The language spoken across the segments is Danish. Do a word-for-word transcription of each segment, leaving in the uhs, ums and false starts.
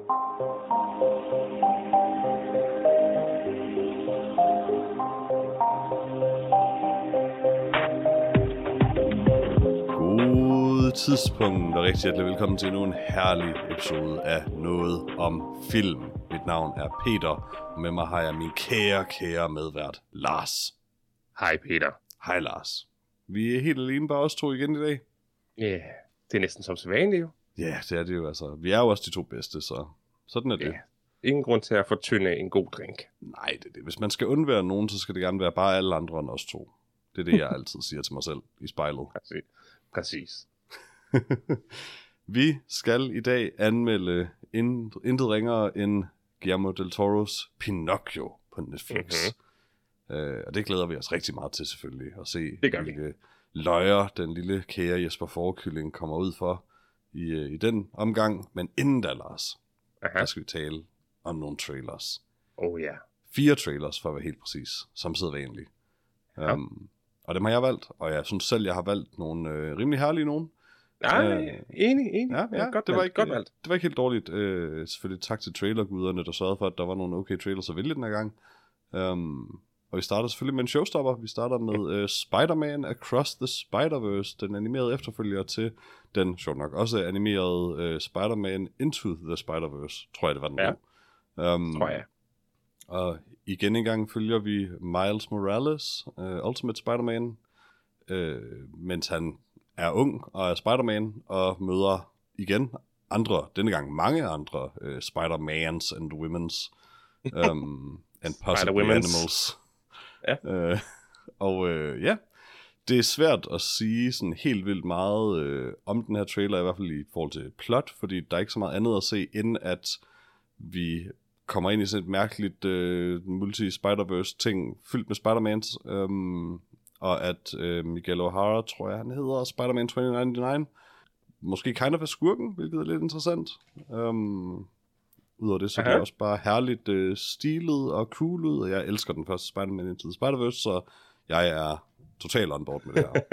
God tidspunkt, og rigtig hjertelig velkommen til endnu en herlig episode af Noget om Film. Mit navn er Peter, og med mig har jeg min kære, kære medvært, Lars. Hej Peter. Hej Lars. Vi er helt alene bare os to igen i dag. Ja, yeah, det er næsten som sædvanligt jo. Ja, det er det jo altså. Vi er jo også de to bedste, så sådan er det. Yeah. Ingen grund til at fortynde en god drink. Nej, det er det. Hvis man skal undvære nogen, så skal det gerne være bare alle andre end os to. Det er det, jeg altid siger til mig selv i spejlet. Præcis. Præcis. Vi skal i dag anmelde intet ringere end Guillermo del Toros Pinocchio på Netflix. Mm-hmm. Uh, og det glæder vi os rigtig meget til selvfølgelig, at se hvilke løjer den lille kære Jesper Fårekylling kommer ud for i, uh, i den omgang. Men inden da, Lars, Aha. der skal vi tale om nogle trailers. Oh ja. Yeah. Fire trailers, for at være helt præcis, som sædvanligt. Ja. Um, og dem har jeg valgt, og jeg synes selv, jeg har valgt nogle øh, rimelig herlige nogen. Nej, øh, enig, enig. Ja, ja, godt det var ikke godt valgt. Det var ikke helt dårligt. Øh, selvfølgelig tak til trailerguderne, der sørgede for, at der var nogle okay trailers at vælge den her gang. Um, og vi starter selvfølgelig med en showstopper. Vi starter med øh, Spider-Man Across the Spider-Verse, den animerede efterfølger til den, sjovt nok, også animerede øh, Spider-Man Into the Spider-Verse, tror jeg, det var den. Ja, um, tror jeg. Og igen en gang følger vi Miles Morales, uh, Ultimate Spider-Man, uh, mens han er ung og er Spider-Man, og møder igen andre, denne gang mange andre uh, Spider-Mans and Womens, um, and possibly animals. Ja. Uh, og uh, ja, det er svært at sige sådan helt vildt meget uh, om den her trailer, i hvert fald i forhold til plot, fordi der er ikke så meget andet at se, end at vi kommer ind i sådan et mærkeligt uh, multi-Spider-Verse ting fyldt med Spider-Mans, um, og at uh, Miguel O'Hara, tror jeg han hedder, Spider-Man tyve nioghalvfems, måske kind of er skurken, hvilket er lidt interessant. Um, Udover det, så Aha. er det også bare herligt uh, stilet og cool ud, og jeg elsker den første Spider-Man Into the Spider-Verse, så jeg er totalt on board med det her.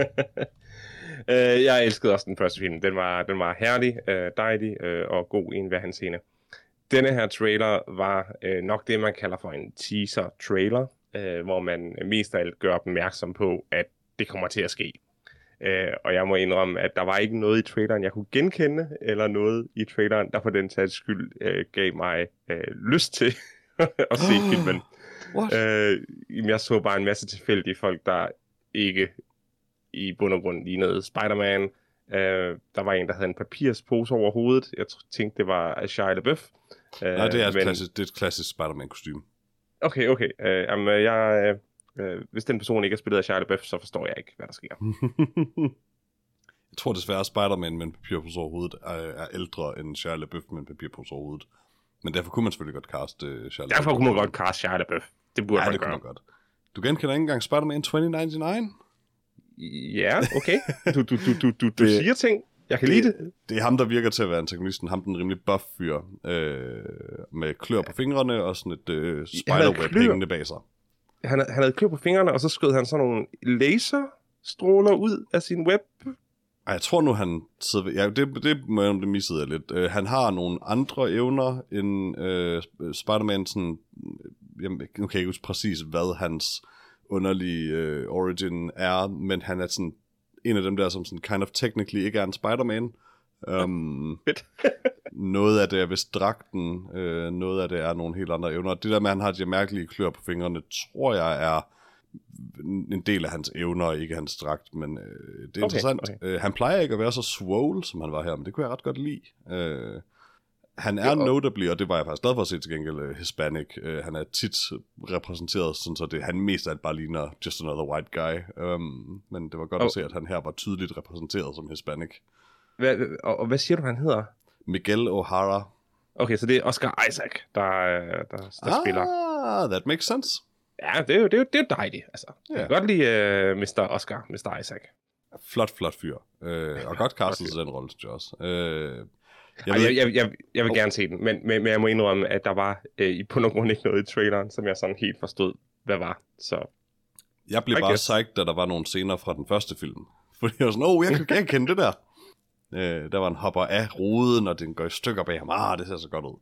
uh, jeg elskede også den første film. Den var, den var herlig, uh, dejlig uh, og god i en hver henseende. Denne her trailer var øh, nok det, man kalder for en teaser-trailer, øh, hvor man mest af alt gør opmærksom på, at det kommer til at ske. Øh, og jeg må indrømme, at der var ikke noget i traileren, jeg kunne genkende, eller noget i traileren, der for den sags skyld øh, gav mig øh, lyst til at se filmen. Øh, jeg så bare en masse tilfældige folk, der ikke i bund og grund lignede Spider-Man. Uh, der var en, der havde en papirspose over hovedet. Jeg tænkte, det var Shia LaBeouf. Uh, Nej, det er, men... klassisk, det er et klassisk Spider-Man-kostyme. Okay, okay. Uh, um, jeg, uh, hvis den person ikke er spillet af Shia LaBeouf, så forstår jeg ikke, hvad der sker. Jeg tror desværre, at Spider-Man med en papirpose over hovedet er, er ældre end Shia LaBeouf med en papirpose over hovedet. Men derfor kunne man selvfølgelig godt caste uh, Shia LaBeouf. Derfor kunne man godt caste Shia LaBeouf. Det burde ja, man det gøre. Kunne man godt. Du genkender ikke engang Spider-Man tyve nioghalvfems? Ja, okay. Du, du, du, du, du, du siger ting. Jeg kan lide det. Det er ham, der virker til at være antagonisten. Ham, den rimelig buff fyr. Øh, med klør på fingrene og sådan et øh, spiderweb hængende bag sig. Han, han havde klør på fingrene, og så skød han sådan nogle laserstråler ud af sin web. Ej, jeg tror nu, han sidder ved... Ja, det, det må jeg det missede jeg lidt. Uh, han har nogle andre evner end uh, Spider-Man. Sådan, jamen, nu kan jeg ikke huske præcis, hvad hans underlige uh, origin er, men han er sådan en af dem der, som sådan kind of technically ikke er en Spider-Man. Um, noget af det er vist dragten, uh, noget af det er nogle helt andre evner. Det der med, at han har de mærkelige klør på fingrene, tror jeg er en del af hans evner, ikke hans dragt, men uh, det er okay, interessant. Okay. Uh, han plejer ikke at være så swole, som han var her, men det kunne jeg ret godt lide. Uh, Han er notably, og det var jeg faktisk glad for at se til gengæld, uh, Hispanic. Uh, han er tit repræsenteret, sådan så det, han mest af alt bare ligner just another white guy. Um, men det var godt oh. at se, at han her var tydeligt repræsenteret som Hispanic. Hvad, og, og hvad siger du, han hedder? Miguel O'Hara. Okay, så det er Oscar Isaac, der, der, der, der ah, spiller. Ah, that makes sense. Ja, det er jo, det er jo, det er jo dejligt, altså. Yeah. Jeg kan godt lide uh, mister Oscar, mister Isaac. Flot, flot fyr. Uh, og godt castet til den rolle, synes jeg også. Uh, Jeg, jeg, jeg, jeg, jeg vil oh. gerne se den, men, men, men jeg må indrømme, at der var øh, i på nogen grund ikke noget i traileren, som jeg sådan helt forstod, hvad var. Så jeg blev I bare psyched, da der var nogle scener fra den første film. Fordi jeg var sådan, åh, oh, jeg kan ikke kende det der. øh, der var en hopper af ruden, og den går i stykker bag ham. Ah, det ser så godt ud.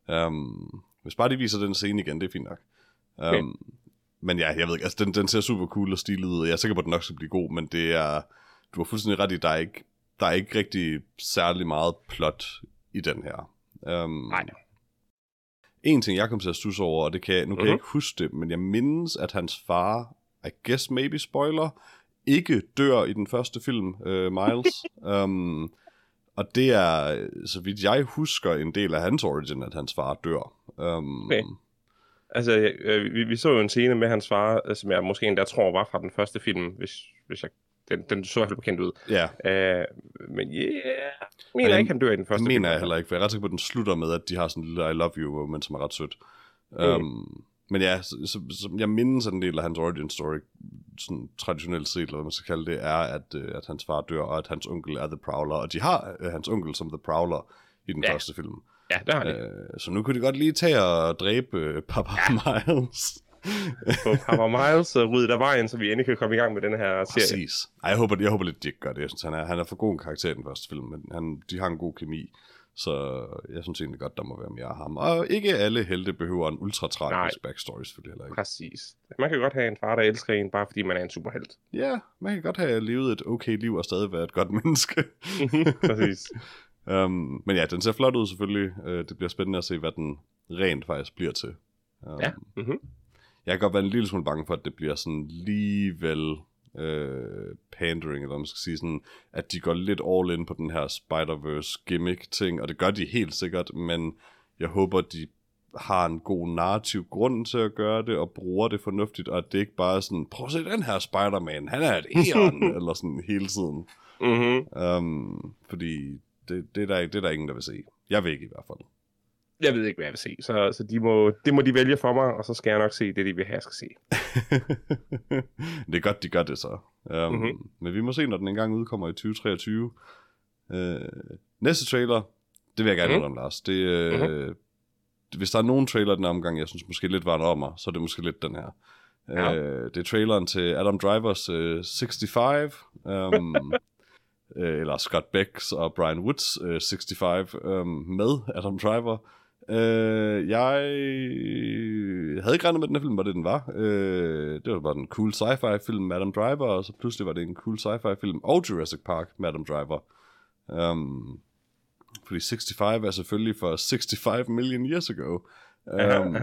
Um, hvis bare de viser den scene igen, det er fint nok. Um, okay. Men ja, jeg ved ikke, altså den, den ser super cool og stilet ud, og jeg er sikker på, at den nok skal blive god, men det er, du har fuldstændig ret i, der er ikke, der er ikke rigtig særlig meget plot i den her. Um, Nej. En ting, jeg kom til at studse over, og det kan, nu kan mm-hmm. jeg ikke huske det, men jeg mindes, at hans far, I guess maybe spoiler, ikke dør i den første film, uh, Miles. um, og det er, så vidt jeg husker, en del af hans origin, at hans far dør. Um, okay. Altså, øh, vi, vi så jo en scene med hans far, som jeg måske endda tror var fra den første film, hvis, hvis jeg... Den, den så helt bekendt ud. Ja. Uh, men ja, yeah, mener jeg ikke, han dør i den første film. film. mener jeg heller ikke, for jeg er ret sikker på, at den slutter med, at de har sådan en lille I love you moment, som er ret sødt. Mm. Um, men ja, så, så, så jeg mindes, at en del af hans origin story, sådan traditionelt set, eller hvad man skal kalde det, er, at, uh, at hans far dør, og at hans onkel er The Prowler. Og de har uh, hans onkel som The Prowler i den ja. første film. Ja, det har de. Uh, så nu kunne de godt lige tage og dræbe uh, Papa ja. Miles. På Papa Miles og rydde der vejen, så vi endelig kan komme i gang med den her serie. Præcis. Ej, jeg håber, jeg håber lidt, de ikke gør det. Jeg synes, han er, han er for god en karakter i den første film, men han, de har en god kemi. Så jeg synes egentlig godt, der må være mere af ham. Og ikke alle helte behøver en ultra-tragisk backstory, selvfølgelig heller ikke. Præcis. Man kan godt have en far, der elsker en, bare fordi man er en superhelt. Ja, man kan godt have levet et okay liv og stadig være et godt menneske. Præcis. um, men ja, den ser flot ud selvfølgelig. Uh, det bliver spændende at se, hvad den rent faktisk bliver til. Um, ja. Mm-hmm. Jeg kan godt være en lille smule bange for, at det bliver sådan alligevel øh, pandering, eller hvad man skal sige, sådan, at de går lidt all in på den her Spider-Verse gimmick-ting, og det gør de helt sikkert, men jeg håber, de har en god narrativ grund til at gøre det, og bruger det fornuftigt, og at det ikke bare er sådan, prøv at se den her Spider-Man, han er et æren, eller sådan hele tiden. Mm-hmm. Um, fordi det, det, er der, det er der ingen, der vil se. Jeg vil ikke i hvert fald. Jeg ved ikke, hvad jeg vil se, så, så de må, det må de vælge for mig, og så skal jeg nok se det, de vil have, jeg skal se. Det er godt, de gør det så. Um, mm-hmm. Men vi må se, når den engang udkommer i tyve treogtyve. Uh, næste trailer, det vil jeg gerne mm-hmm. om, Lars. Det, uh, mm-hmm. Hvis der er nogen trailer den omgang, jeg synes måske lidt var en ommer, så er det måske lidt den her. Ja. Uh, det er traileren til Adam Drivers uh, seksogtres, um, uh, eller Scott Becks og Brian Woods uh, seksogtres um, med Adam Driver. Uh, jeg havde ikke regnet med, at den her film var det, den var. Uh, det var bare en cool sci-fi film med Adam Driver, og så pludselig var det en cool sci-fi film og Jurassic Park med Adam Driver. Um, fordi seksogtres er selvfølgelig for seksogtres million years ago. Um,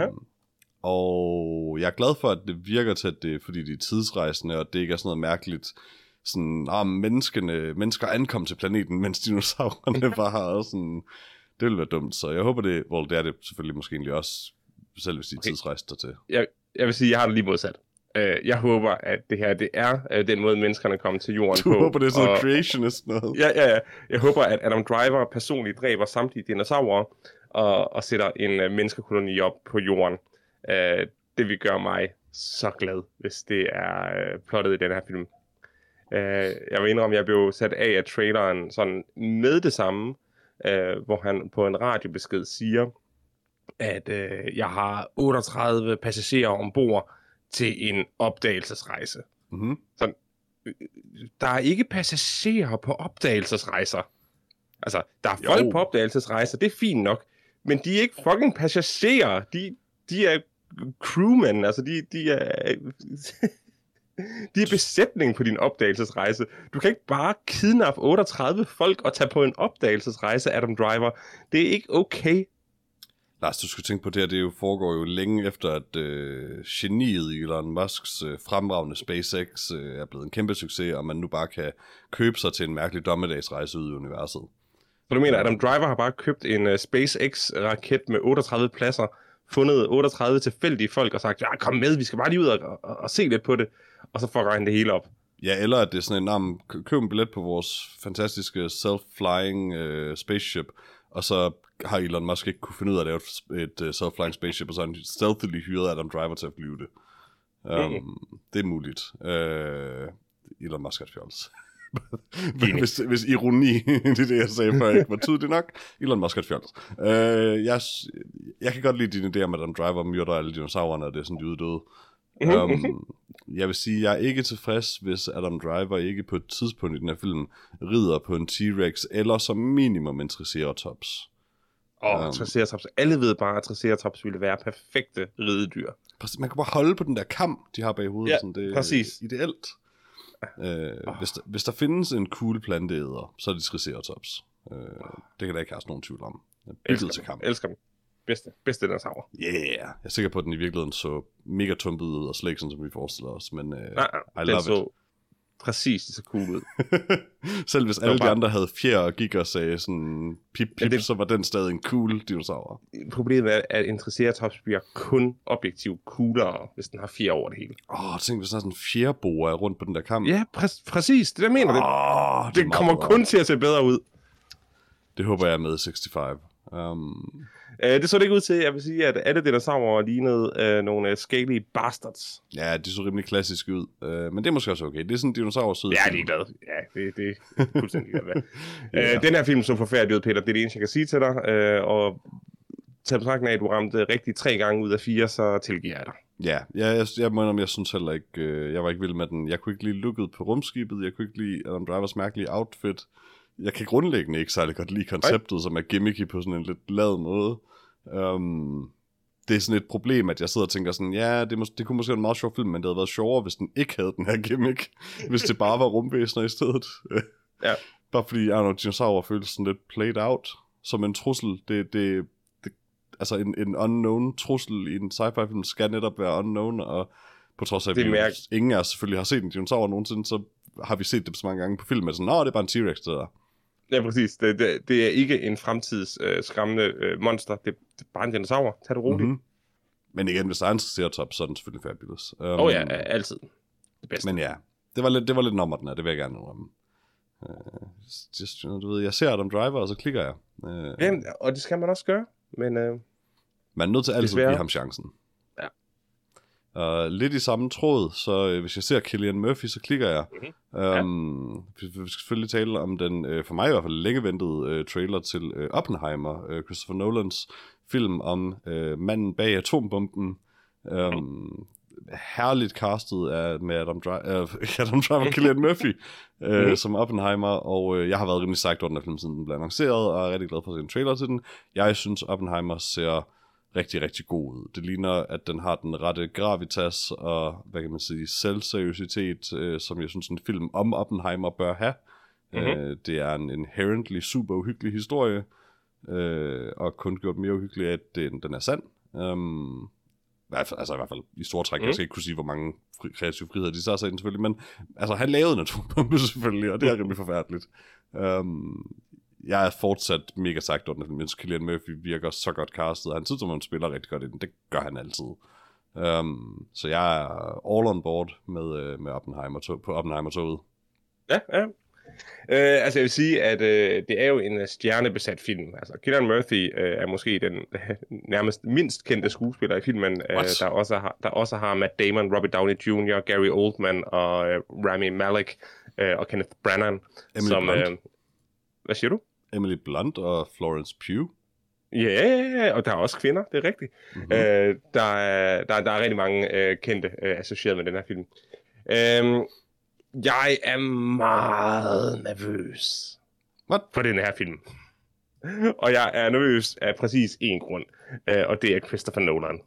og jeg er glad for, at det virker til, at det er fordi de er tidsrejsende, og det ikke er sådan noget mærkeligt, sådan, ah, menneskene, mennesker ankom til planeten, mens dinosaurerne var her, og sådan, det ville være dumt, så jeg håber det, well, det er det selvfølgelig måske egentlig også, selv hvis de okay. tidsrejser til. Jeg, jeg vil sige, jeg har det lige modsat. Uh, jeg håber, at det her, det er uh, den måde, menneskerne kommer til jorden du på. Du håber, det er sådan og, creationist noget? Ja, ja, ja. Jeg håber, at Adam Driver personligt dræber samtlige dinosaurer, og, og sætter en uh, menneskekoloni op på jorden. Uh, det vil gøre mig så glad, hvis det er uh, plottet i den her film. Uh, jeg vil indrømme, at jeg blev sat af af traileren sådan med det samme, uh, hvor han på en radiobesked siger, at uh, jeg har otteogtredive passagerer ombord til en opdagelsesrejse. Mm-hmm. Så, øh, der er ikke passagerer på opdagelsesrejser. Altså, der er folk jo. på opdagelsesrejser, det er fint nok, men de er ikke fucking passagerer. De, de er crewmen, altså de, de er... de er besætning på din opdagelsesrejse. Du kan ikke bare kidnappe otteogtredive folk og tage på en opdagelsesrejse, Adam Driver. Det er ikke okay. Lars, du skal tænke på det her, det jo foregår jo længe efter, at øh, geniet Elon Musks øh, fremragende SpaceX øh, er blevet en kæmpe succes, og man nu bare kan købe sig til en mærkelig dommedagsrejse ud i universet. Så du mener, at Adam Driver har bare købt en uh, SpaceX-raket med otteogtredive pladser, fundet otteogtredive tilfældige folk og sagt, ja, kom med, vi skal bare lige ud og, og, og se lidt på det, og så fucker han det hele op. Ja, eller at det er sådan en, nam, køb en billet på vores fantastiske self-flying øh, spaceship, og så har Elon Musk ikke kunne finde ud af at lave et, et uh, self-flying spaceship, og så han stealthily hyret Adam Driver til at flyve det. Um, mm. Det er muligt. Uh, Elon Musk er et fjols. hvis, hvis ironi, det er det, jeg sagde før, ikke var tydeligt nok. Elon Musk er et fjols. Uh, jeg, jeg kan godt lide din idé om, at Adam Driver myrder alle dinosaurerne, og det er sådan, de uddøde. Um, jeg vil sige, jeg er ikke tilfreds, hvis Adam Driver ikke på et tidspunkt i den her film rider på en T-Rex, eller som minimum en Triceratops. Og um, Triceratops. Alle ved bare, at Triceratops ville være perfekte ridedyr. Man kan bare holde på den der kam, de har bag hovedet. Ja, sådan, det er præcis. Ideelt. Øh, oh. hvis, der, hvis der findes en cool planteæder, så er det Triceratops. Øh, det kan der ikke have nogen tvivl om. Elsker til kamp. Elsker dem. Bedste, bedste dinosaurer. Yeah. Jeg er sikker på, at den i virkeligheden så mega tumpet ud, og slet ikke sådan, som vi forestiller os. Men uh, nej, nej, I love så it. Præcis så cool ud. Selv hvis alle bare... de andre havde fjer og gik og sagde sådan pip pip, ja, det... så var den stadig en cool dinosaur. Problemet er, at en Triceratops bliver kun objektivt coolere, hvis den har fjer over det hele. Åh, oh, tænk, hvis der er sådan en fjerboer rundt på den der kamp. Ja, præ- præcis. Det der mener oh, det. Det, det kommer kun til at se bedre ud. Det håber jeg er med seksoghalvfems. Um... Uh, det så det ikke ud til, jeg vil sige, at alle dinosaurer lignede uh, nogle uh, scaly bastards. Ja, de så rimelig klassiske ud, uh, men det er måske også okay. Det er sådan en dinosaur-sød. Ja, de er glade. Ja, det, det er fuldstændig glad. ja. uh, Den her film så forfærdelig ud, Peter. Det er det eneste, jeg kan sige til dig. Uh, og til betragtning af, at du ramte rigtig tre gange ud af fire, så tilgiver jeg dig. Ja, jeg, jeg, jeg må jeg synes heller ikke, uh, jeg var ikke vild med den. Jeg kunne ikke lide looket på rumskibet, jeg kunne ikke lide Adam Drivers mærkelige outfit. Jeg kan grundlæggende ikke særlig godt lide konceptet, okay. som er gimmicky på sådan en lidt lad måde. Um, det er sådan et problem, at jeg sidder og tænker sådan, ja, det, mås- det kunne måske være en meget sjov film, men det havde været sjovere, hvis den ikke havde den her gimmick. Hvis det bare var rumvæsener i stedet. Ja. Bare fordi, jeg know, dinosaurer føles sådan lidt played out som en trussel. Det, det, det, altså en, en unknown trussel i en sci-fi film skal netop være unknown, og på trods af, at vi mærke... ingen af os selvfølgelig har set en dinosaur nogensinde, så har vi set det så mange gange på film, at sådan, nå, det er bare en T-Rex, det der. Ja, præcis. Det, det, det er ikke en fremtids øh, skræmmende øh, monster. Det, det er bare en dinosaur. Tag det roligt. Mm-hmm. Men igen, hvis der er en Triceratops, så er den selvfølgelig fabulous. Åh um, oh, ja, altid. Det bedste. Men ja, det var lidt, det var lidt nummer den her, det vil jeg gerne om. Uh, just, du ved, jeg ser Adam Driver, og så klikker jeg. Uh, Jamen, og det skal man også gøre, men... Uh, man er nødt til altid at give ham chancen. Ja. Uh, lidt i samme tråd, så uh, hvis jeg ser Cillian Murphy, så klikker jeg. Mm-hmm. Um, ja. vi, vi skal selvfølgelig tale om den, uh, for mig i hvert fald, længe ventede uh, trailer til uh, Oppenheimer, uh, Christopher Nolans film om uh, manden bag atombomben. Um, mm. Herligt castet af, med Adam, Dri- uh, Adam Driver og Cillian Murphy uh, mm. som Oppenheimer, og uh, jeg har været rimelig sagt over den her film, siden den blev annonceret, og er rigtig glad for at se en trailer til den. Jeg synes, Oppenheimer ser rigtig, rigtig god ud. Det ligner, at den har den rette gravitas og, hvad kan man sige, selvseriøsitet, øh, som jeg synes, en film om Oppenheimer bør have. Mm-hmm. Øh, det er en inherently super uhyggelig historie, øh, og kun gjort mere uhyggelig af, at den, den er sand. Um, altså i hvert fald i store træk, mm. jeg skal ikke kunne sige, hvor mange fri, kreative friheder de så har sagt selvfølgelig, men altså han lavede en atombombe selvfølgelig, og det er rimelig forfærdeligt. Um, Jeg er fortsat mega sagt under den, mens Cillian Murphy virker så godt castet. Han synes, at han spiller rigtig godt i den. Det gør han altid. Um, så jeg er all on board med, med Oppenheimer tog, på Oppenheimer-toget. Ja, ja. Uh, altså jeg vil sige, at uh, det er jo en stjernebesat film. Altså Cillian Murphy uh, er måske den uh, nærmest mindst kendte skuespiller i filmen, uh, der, også har, der også har Matt Damon, Robert Downey junior, Gary Oldman og uh, Rami Malek uh, og Kenneth Branagh. Emily som, Blunt. Uh, hvad siger du? Emily Blunt og Florence Pugh. Ja, yeah, og der er også kvinder, det er rigtigt. Mm-hmm. Uh, der, er, der, der er rigtig mange uh, kendte uh, associeret med den her film. Uh, jeg er meget nervøs What? for den her film. Og jeg er nervøs af præcis én grund, uh, og det er Christopher Nolan.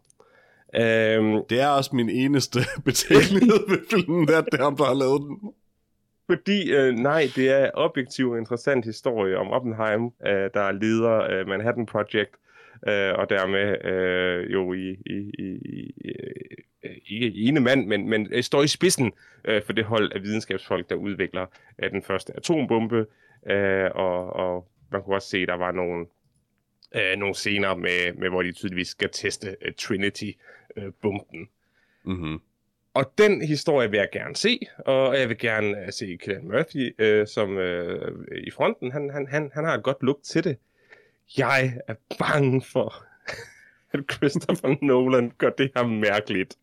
Uh, det er også min eneste betænkelighed ved filmen, det er, det er ham, der har lavet den. Fordi, øh, nej, det er objektiv og interessant historie om Oppenheim, øh, der leder øh, Manhattan Project, øh, og dermed øh, jo i, i, i, i øh, ikke ene mand, men, men står i spidsen øh, for det hold af videnskabsfolk, der udvikler øh, den første atombombe, øh, og, og man kunne også se, at der var nogle, øh, nogle scener, med, med, hvor de tydeligvis skal teste øh, Trinity-bomben. Øh, mhm. Og den historie vil jeg gerne se, og jeg vil gerne uh, se Cillian Murphy uh, som uh, i fronten. Han, han, han, han har et godt look til det. Jeg er bange for, at Christopher Nolan gør det her mærkeligt.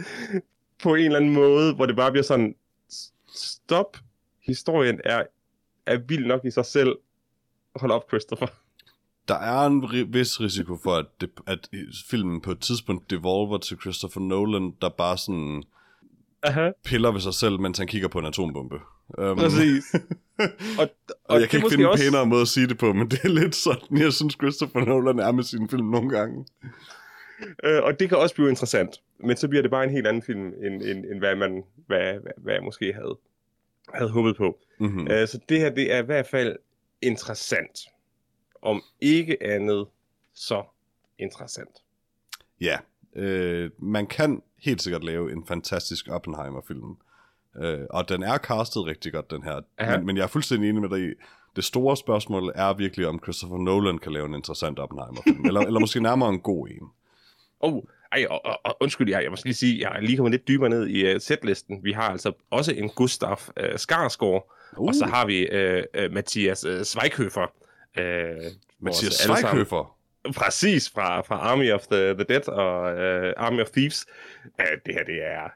På en eller anden måde, hvor det bare bliver sådan, stop, historien er, er vild nok i sig selv. Hold op, Christopher. Der er en ri- vis risiko for, at, det, at filmen på et tidspunkt devolver til Christopher Nolan, der bare sådan... Aha. piller ved sig selv, mens han kigger på en atombombe. Um, Præcis. og, og, og jeg kan ikke finde en også... pænere måde at sige det på, men det er lidt sådan, jeg synes Christopher Nolan er med sine film nogle gange. Øh, og det kan også blive interessant, men så bliver det bare en helt anden film, end, end, end hvad, man, hvad, hvad, hvad jeg måske havde, havde håbet på. Mm-hmm. Øh, så det her, det er i hvert fald interessant. Om ikke andet, så interessant. Ja, øh, man kan helt sikkert lave en fantastisk Oppenheimer-film. Øh, og den er castet rigtig godt, den her. Men, men jeg er fuldstændig enig med dig i, det store spørgsmål er virkelig, om Christopher Nolan kan lave en interessant Oppenheimer-film. eller, eller måske nærmere en god en. Oh, ej, og, og, og undskyld, jeg, jeg må lige sige, jeg er lige kommet lidt dybere ned i uh, setlisten. Vi har altså også en Gustav uh, Skarsgård, uh. og så har vi uh, uh, Mathias uh, Schweighöfer. Uh, Mathias Schweighöfer? Præcis, fra, fra Army of the, the Dead og uh, Army of Thieves. Uh, det her, det er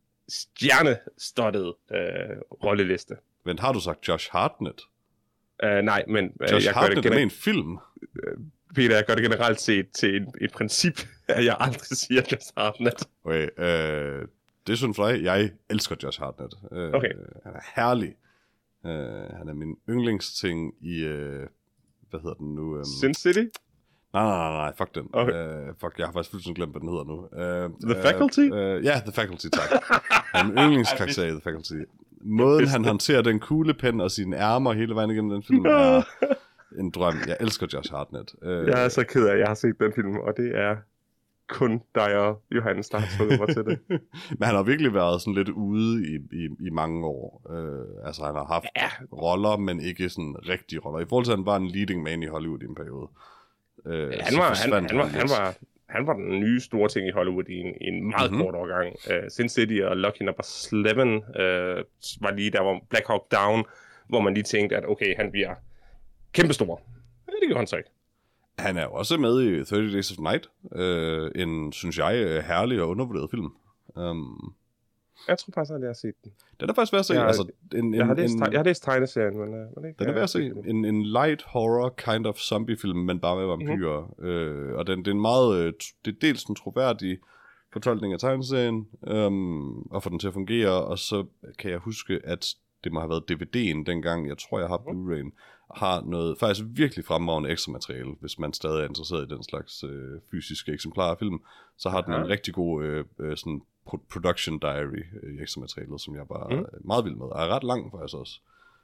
stjernestottet uh, rolleliste. Men har du sagt Josh Hartnett? Uh, nej, men... Uh, Josh jeg Hartnett gør det er med en film? Uh, Peter, jeg gør det generelt set til et, et princip, at jeg aldrig siger Josh Hartnett. Okay, øh, det synes jeg. Jeg elsker Josh Hartnett. Øh, okay. Han er herlig. Øh, han er min yndlingsting i... Øh, hvad hedder den nu? Um... Sin City? Nej, nej, nej, nej, fuck den. Okay. Øh, fuck, jeg har faktisk fuldstændig glemt, hvad den hedder nu. Øh, The Faculty? Øh, øh, ja, The Faculty, tak. Han er min yndlingskarakter i The Faculty. Måden, han håndterer den kuglepen og sine ærmer hele vejen igennem den film, er... en drøm. Jeg elsker Josh Hartnett. Uh, jeg er så ked af, at jeg har set den film, og det er kun dig og Johannes, der har tvunget mig til det. Men han har virkelig været sådan lidt ude i, i, i mange år. Uh, altså, han har haft ja. roller, men ikke sådan rigtige roller. I forhold til, at han var en leading man i Hollywood i en periode. Uh, han, var, han, han, var, han, var, han var den nye store ting i Hollywood i en, i en meget mm-hmm. kort årgang. Uh, Sin City og Lucky Number elleve uh, var lige der, hvor Black Hawk Down, hvor man lige tænkte, at okay, han bliver kæmpestor. Ja, det gjorde han så ikke. Han er jo også med i thirty Days of Night. Øh, en, synes jeg, herlig og undervurderet film. Um, jeg tror faktisk, at jeg har set den. Den er faktisk værd at se. Jeg, altså, en, en, jeg, har læst, en, jeg har læst tegneserien, men... Uh, men ikke, den er værd at se. En, en light horror kind of zombie-film, men bare med vampyrer. Mm-hmm. Øh, og den, det er en meget... Øh, det er dels en troværdig fortolkning af tegneserien, um, og få den til at fungere, og så kan jeg huske, at det må have været D V D'en dengang, jeg tror, jeg har Blu-ray'en, har noget faktisk virkelig fremragende ekstra materiale, hvis man stadig er interesseret i den slags øh, fysiske eksemplarer af film, så har den en rigtig god øh, øh, sådan production diary i ekstra materialet, som jeg var mm. meget vild med, og er ret lang faktisk også.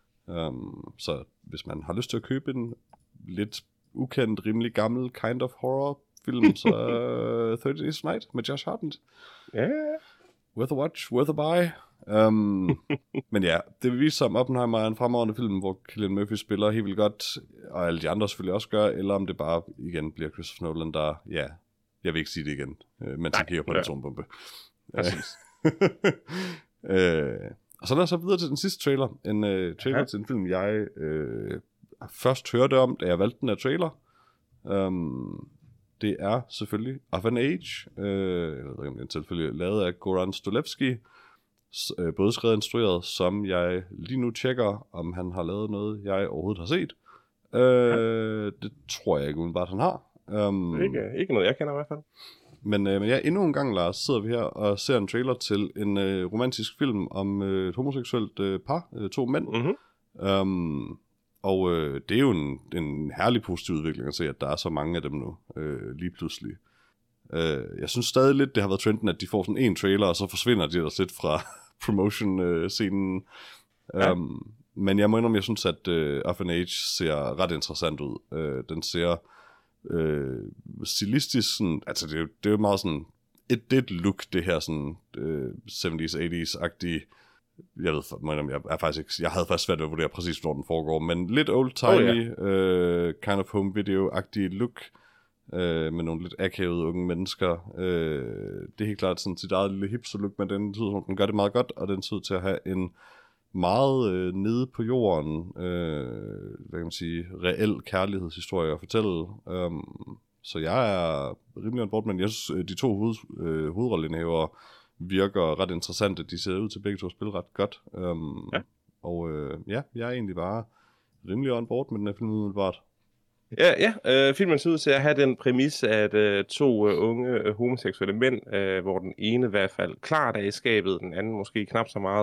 Um, så hvis man har lyst til at købe en lidt ukendt, rimelig gammel kind of horror film, så uh, thirty Days of Night med Josh Hartnett. Yeah. Worth a watch, worth a buy. Um, men ja, det vil vise sig, om Oppenheimer er en fremragende film, hvor Cillian Murphy spiller helt vildt godt, og alle de andre selvfølgelig også gør, eller om det bare igen bliver Christopher Nolan, der, ja, jeg vil ikke sige det igen, øh, mens han kigger på en atombombe. Præcis. øh, og så lad os så videre til den sidste trailer. En øh, trailer Aha. til en film, jeg øh, først hørte om, da jeg valgte den her trailer. Um, det er selvfølgelig Of an Age, øh, jeg ved ikke om det er en tilfælde, lavet af Goran Stolevski, øh, både skrevet og instrueret, som jeg lige nu tjekker, om han har lavet noget, jeg overhovedet har set. Øh, ja. Det tror jeg ikke umiddelbart, han har. Um, ikke, ikke noget, jeg kender i hvert fald. Men, øh, men ja, endnu en gang, Lars, sidder vi her og ser en trailer til en øh, romantisk film om øh, et homoseksuelt øh, par, øh, to mænd. Mm-hmm. Um, og øh, det er jo en, en herlig positiv udvikling at se, at der er så mange af dem nu, øh, lige pludselig. Øh, jeg synes stadig lidt, det har været trenden, at de får sådan en trailer, og så forsvinder de ellers lidt fra promotion-scenen. Ja. Um, men jeg må indrømme, jeg synes, at øh, Of an Age ser ret interessant ud. Øh, den ser... Øh, stilistisk sådan, altså det er jo, det er jo meget sådan et, det er et look, det her sådan øh, halvfemserne eighties-agtige, jeg ved, jeg er faktisk ikke, jeg havde faktisk svært ved at vurdere præcis, hvor den foregår, men lidt old-timey, oh, yeah. øh, kind of home video-agtige look, øh, med nogle lidt akavede unge mennesker. Øh, det er helt klart sådan sit eget lille hipster-look, men den tid, den gør det meget godt, og den tid til at have en meget øh, nede på jorden, øh, hvad kan man sige, reel kærlighedshistorie at fortælle. Um, så jeg er rimelig on board, men jeg synes, de to hoved, øh, hovedrolleindhavere virker ret interessante. De ser ud til begge to at spille ret godt. Um, ja. Og øh, ja, jeg er egentlig bare rimelig on board med den her film umiddelbart. Ja, ja. Øh, filmen ser ud til at have den præmis, at øh, to øh, unge øh, homoseksuelle mænd, øh, hvor den ene i hvert fald klart er i skabet, den anden måske knap så meget,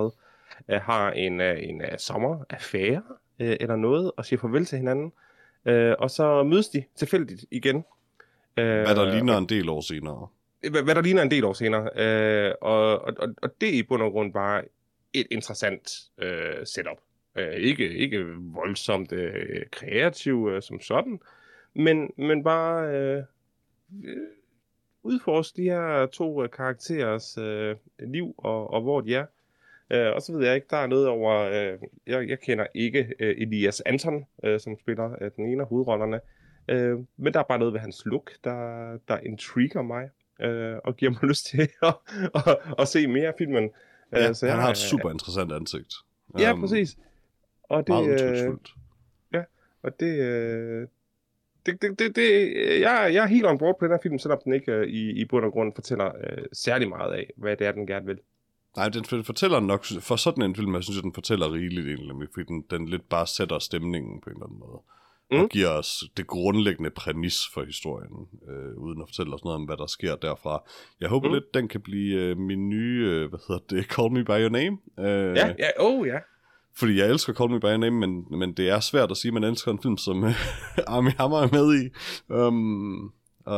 øh, har en, øh, en øh, sommeraffære øh, eller noget, og siger farvel til hinanden. Øh, og så mødes de tilfældigt igen. Øh, hvad der ligner en del år senere. Hvad, hvad der ligner en del år senere. Øh, og, og, og det er i bund og grund bare et interessant øh, setup. Øh, ikke, ikke voldsomt øh, kreativ øh, som sådan, men, men bare øh, øh, udforske de her to øh, karakterers øh, liv og, og hvor de er. Øh, og så ved jeg ikke, der er noget over, øh, jeg, jeg kender ikke øh, Elias Anton, øh, som spiller øh, den ene af hovedrollerne, øh, men der er bare noget ved hans look, der, der intriger mig, øh, og giver mig lyst til at, at, at se mere af filmen. Ja, øh, så han jeg, har et super interessant ansigt. Ja, um, præcis. Og det, meget udtryksfuldt. Øh, ja, og det, øh, det, det, det, det jeg, jeg er helt on board på den her film, selvom den ikke øh, i, i bund og grund fortæller øh, særlig meget af, hvad det er, den gerne vil. Nej, den fortæller nok, for sådan en film, jeg synes, at den fortæller rigeligt egentlig, fordi den, den lidt bare sætter stemningen på en eller anden måde. Mm. Og giver os det grundlæggende præmis for historien, øh, uden at fortælle os noget om, hvad der sker derfra. Jeg håber mm. lidt, den kan blive øh, min nye, øh, hvad hedder det, Call Me By Your Name. Øh, ja, ja, oh ja. Fordi jeg elsker Call Me By Your Name, men, men det er svært at sige, at man elsker en film, som øh, Armie Hammer er med i. Um,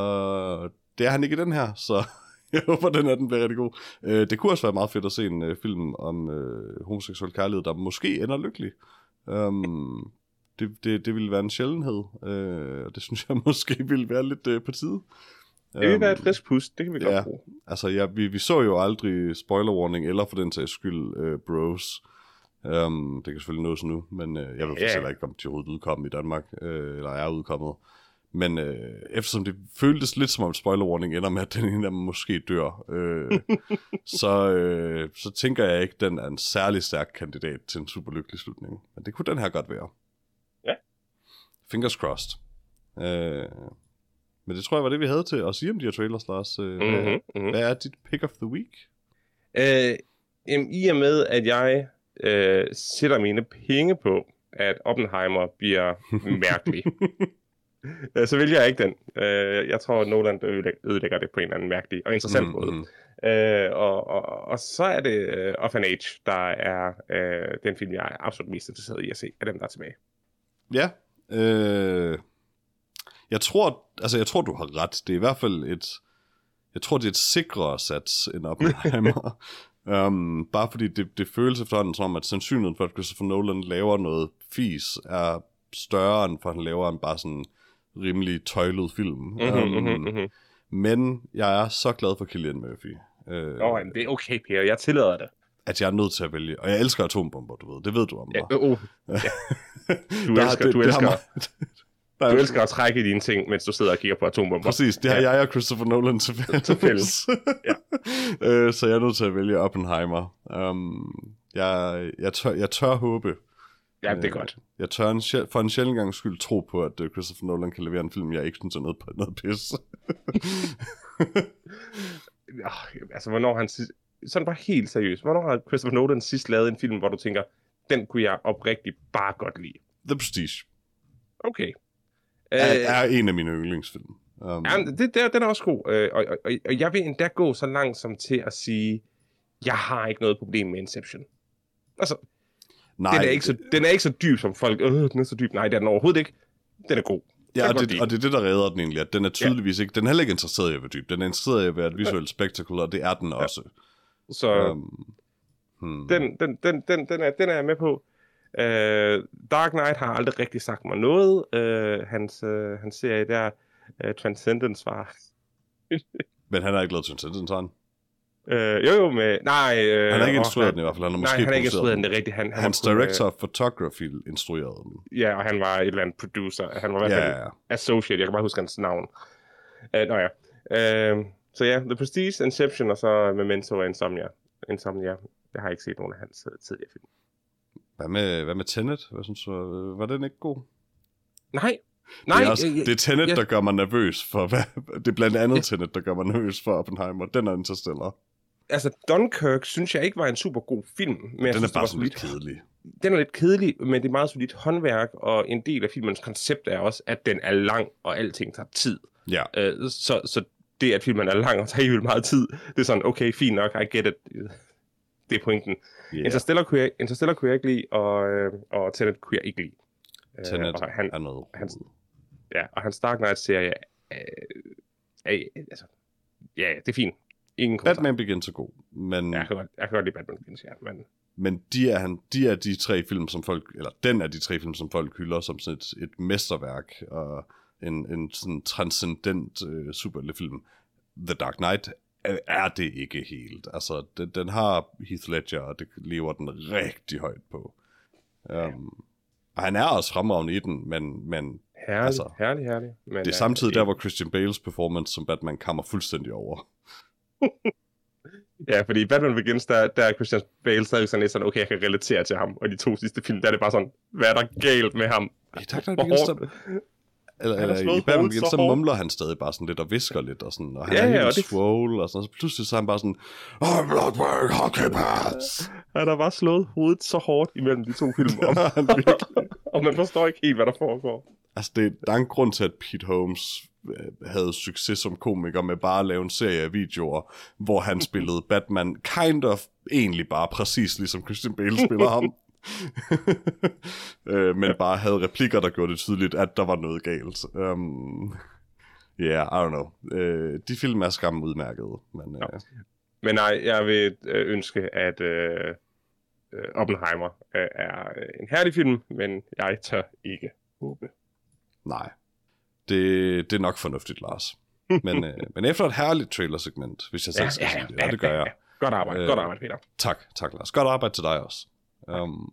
og det er han ikke i den her, så jeg håber, den er den bliver rigtig god. Uh, det kunne også være meget fedt at se en uh, film om uh, homoseksuel kærlighed, der måske ender lykkelig. Um, det, det, det ville være en sjældenhed, uh, og det synes jeg måske ville være lidt uh, på tide. Det vil um, være et frisk pust, det kan vi godt ja, bruge. Altså, ja, vi, vi så jo aldrig spoiler warning, eller for den sags skyld uh, Bros. Um, det kan selvfølgelig nås nu, men uh, jeg ved faktisk heller ikke, om de overhovedet udkom i Danmark, uh, eller er udkommet. Men uh, eftersom det føltes lidt som om spoiler warning ender med, at den ene af dem måske dør, uh, så, uh, så tænker jeg ikke, at den er en særlig stærk kandidat til en super lykkelig slutning. Men det kunne den her godt være. Ja. Fingers crossed. Uh, men det tror jeg var det, vi havde til at sige om de her trailers, Lars. Uh, mm-hmm, hvad, mm-hmm. hvad er dit pick of the week? Uh, I og med, at jeg Øh, sætter mine penge på, at Oppenheimer bliver mærkelig. øh, så vil jeg ikke den. Øh, jeg tror, at Nolan ødelægger det på en eller anden mærkelig og interessant mm, måde. Mm. Øh, og, og, og så er det uh, Off and Age, der er uh, den film, jeg er absolut mest interesseret i at se, af dem, der er tilbage. Ja. Øh, jeg tror, altså jeg tror, du har ret. Det er i hvert fald et, jeg tror, det er et sikrere sats end Oppenheimer. Um, bare fordi det, det føles efterhånden som, at sandsynligheden for, at Christopher Nolan laver noget fis, er større end for, at han laver en bare sådan rimelig tøjlet film. Mm-hmm, um, mm-hmm. Men jeg er så glad for Cillian Murphy. Åh, uh, oh, det er okay, Per. Jeg tillader det. At jeg er nødt til at vælge. Og jeg elsker atombomber, du ved. Det ved du om mig. Ja, uh, ja. Du elsker, det, du elsker. Det Du elsker at trække i dine ting, mens du sidder og kigger på atombomber. Præcis, det har ja. jeg og Christopher Nolan til fælles. Ja. øh, så jeg er nødt til at vælge Oppenheimer. Um, jeg, jeg, tør, jeg tør håbe. Ja, det er godt. Jeg tør en, for en sjældent gang skyld tro på, at Christopher Nolan kan levere en film, jeg ikke synes er noget, noget pis. ja, altså, hvornår han sidst... Sådan bare helt seriøst. Hvornår har Christopher Nolan sidst lavet en film, hvor du tænker, den kunne jeg oprigtigt bare godt lide? The Prestige. Okay. Er, er en af mine yndlingsfilm. Um, ja, det, det, den er også god. Øh, og, og, og jeg vil endda gå så langt som til at sige, jeg har ikke noget problem med Inception. Altså, nej, den, er ikke så, den er ikke så dyb som folk. Øh, den er så dyb. Nej, det er den overhovedet ikke. Den er god. Ja, og det, og det er det, der redder den egentlig. At den er tydeligvis ja. ikke... Den er heller ikke interesseret i at være dyb. Den er interesseret i at være et visuelt spektakel, og det er den også. Ja. Så um, hmm. den, den, den, den, den, er, den er jeg med på. Uh, Dark Knight har aldrig rigtig sagt mig noget. Uh, hans, uh, hans serie der, uh, Transcendence var... Men han har ikke lavet Transcendence, han? Uh, jo jo, med... Nej... Uh, han har ikke instrueret den i hvert fald. Han har måske nej, han har ikke instrueret den, det er rigtigt. Han, han hans director of photography instruerede den. Ja, og han var et eller andet producer. Han var i hvert fald ja, ja. associate. Jeg kan bare huske hans navn. Uh, nå ja. Uh, så ja, The Prestige, Inception, og så Memento og Insomnia. Insomnia. Jeg har ikke set nogen af hans uh, tidligere film. Hvad med, hvad med Tenet? Hvad synes du, var den ikke god? Nej. Nej, det er, også, jeg, det er Tenet, jeg, der gør mig nervøs for, hvad, det er blandt andet jeg, Tenet, der gør mig nervøs for Oppenheimer. Den er Interstellar. Altså, Dunkirk synes jeg ikke var en super god film. Men den synes, er bare sådan lidt kedelig. Den er lidt kedelig, men det er meget solidt håndværk, og en del af filmens koncept er også, at den er lang, og alting tager tid. Ja. Uh, så, så det, at filmen er lang og tager helt meget tid, det er sådan, okay, fint nok, I get it. det er pointen. Yeah. Interstellar, kunne jeg, Interstellar kunne jeg ikke lide, og, øh, og Tenet kunne jeg ikke lide. Tenet og han, er noget. Hans, ja, og hans Dark Knight-serie er, er, altså, ja, det er fint. Ingen Batman Begins er god, men... Ja, jeg kan godt, jeg kan godt lide Batman Begins, ja, men... Men de er, han, de er de tre film, som folk... Eller den er de tre film, som folk hylder som sådan et, et mesterværk, og en, en sådan transcendent øh, superheltefilm. The Dark Knight er, er det ikke helt. Altså, den, den har Heath Ledger, og det lever den rigtig højt på. Um, ja. Og han er også fremragende i den, men... men herlig, altså, herlig, herlig. Men, det er samtidig der, hvor Christian Bales performance som Batman kammer fuldstændig over. Ja, fordi i Batman Begins, der, der er Christian Bale stadig sådan lidt sådan, okay, jeg kan relatere til ham. Og de to sidste film, der er det bare sådan, hvad er der galt med ham? I Dark Knight Begins, der... Eller, eller i Batman Begins, så mumler han stadig bare sådan lidt og visker lidt og sådan, og han ja, er helt ja, swole og sådan, og så pludselig så er han bare sådan, oh, Bloodwork, hockey pads! Han har bare slået hovedet så hårdt imellem de to film, og, og man forstår ikke helt, hvad der foregår. Altså, det, der er en grund til, at Pete Holmes havde succes som komiker med bare at lave en serie af videoer, hvor han spillede Batman kind of egentlig bare præcis ligesom Christian Bale spiller ham. øh, men bare havde replikker, der gjorde det tydeligt, at der var noget galt. Um, yeah, I don't know. Uh, de film er skam udmærket. Men, uh... ja. men nej, jeg vil øh, ønske, at øh, Oppenheimer øh, er en herlig film, men jeg tør ikke håbe. Nej. Det, det er nok fornuftigt, Lars. Men, øh, men efter et herligt trailersegment, hvis jeg selv ja, skal ja, sige det, og det gør jeg. Godt arbejde, øh, godt arbejde, Peter. Tak, tak, Lars. Godt arbejde til dig også. Um,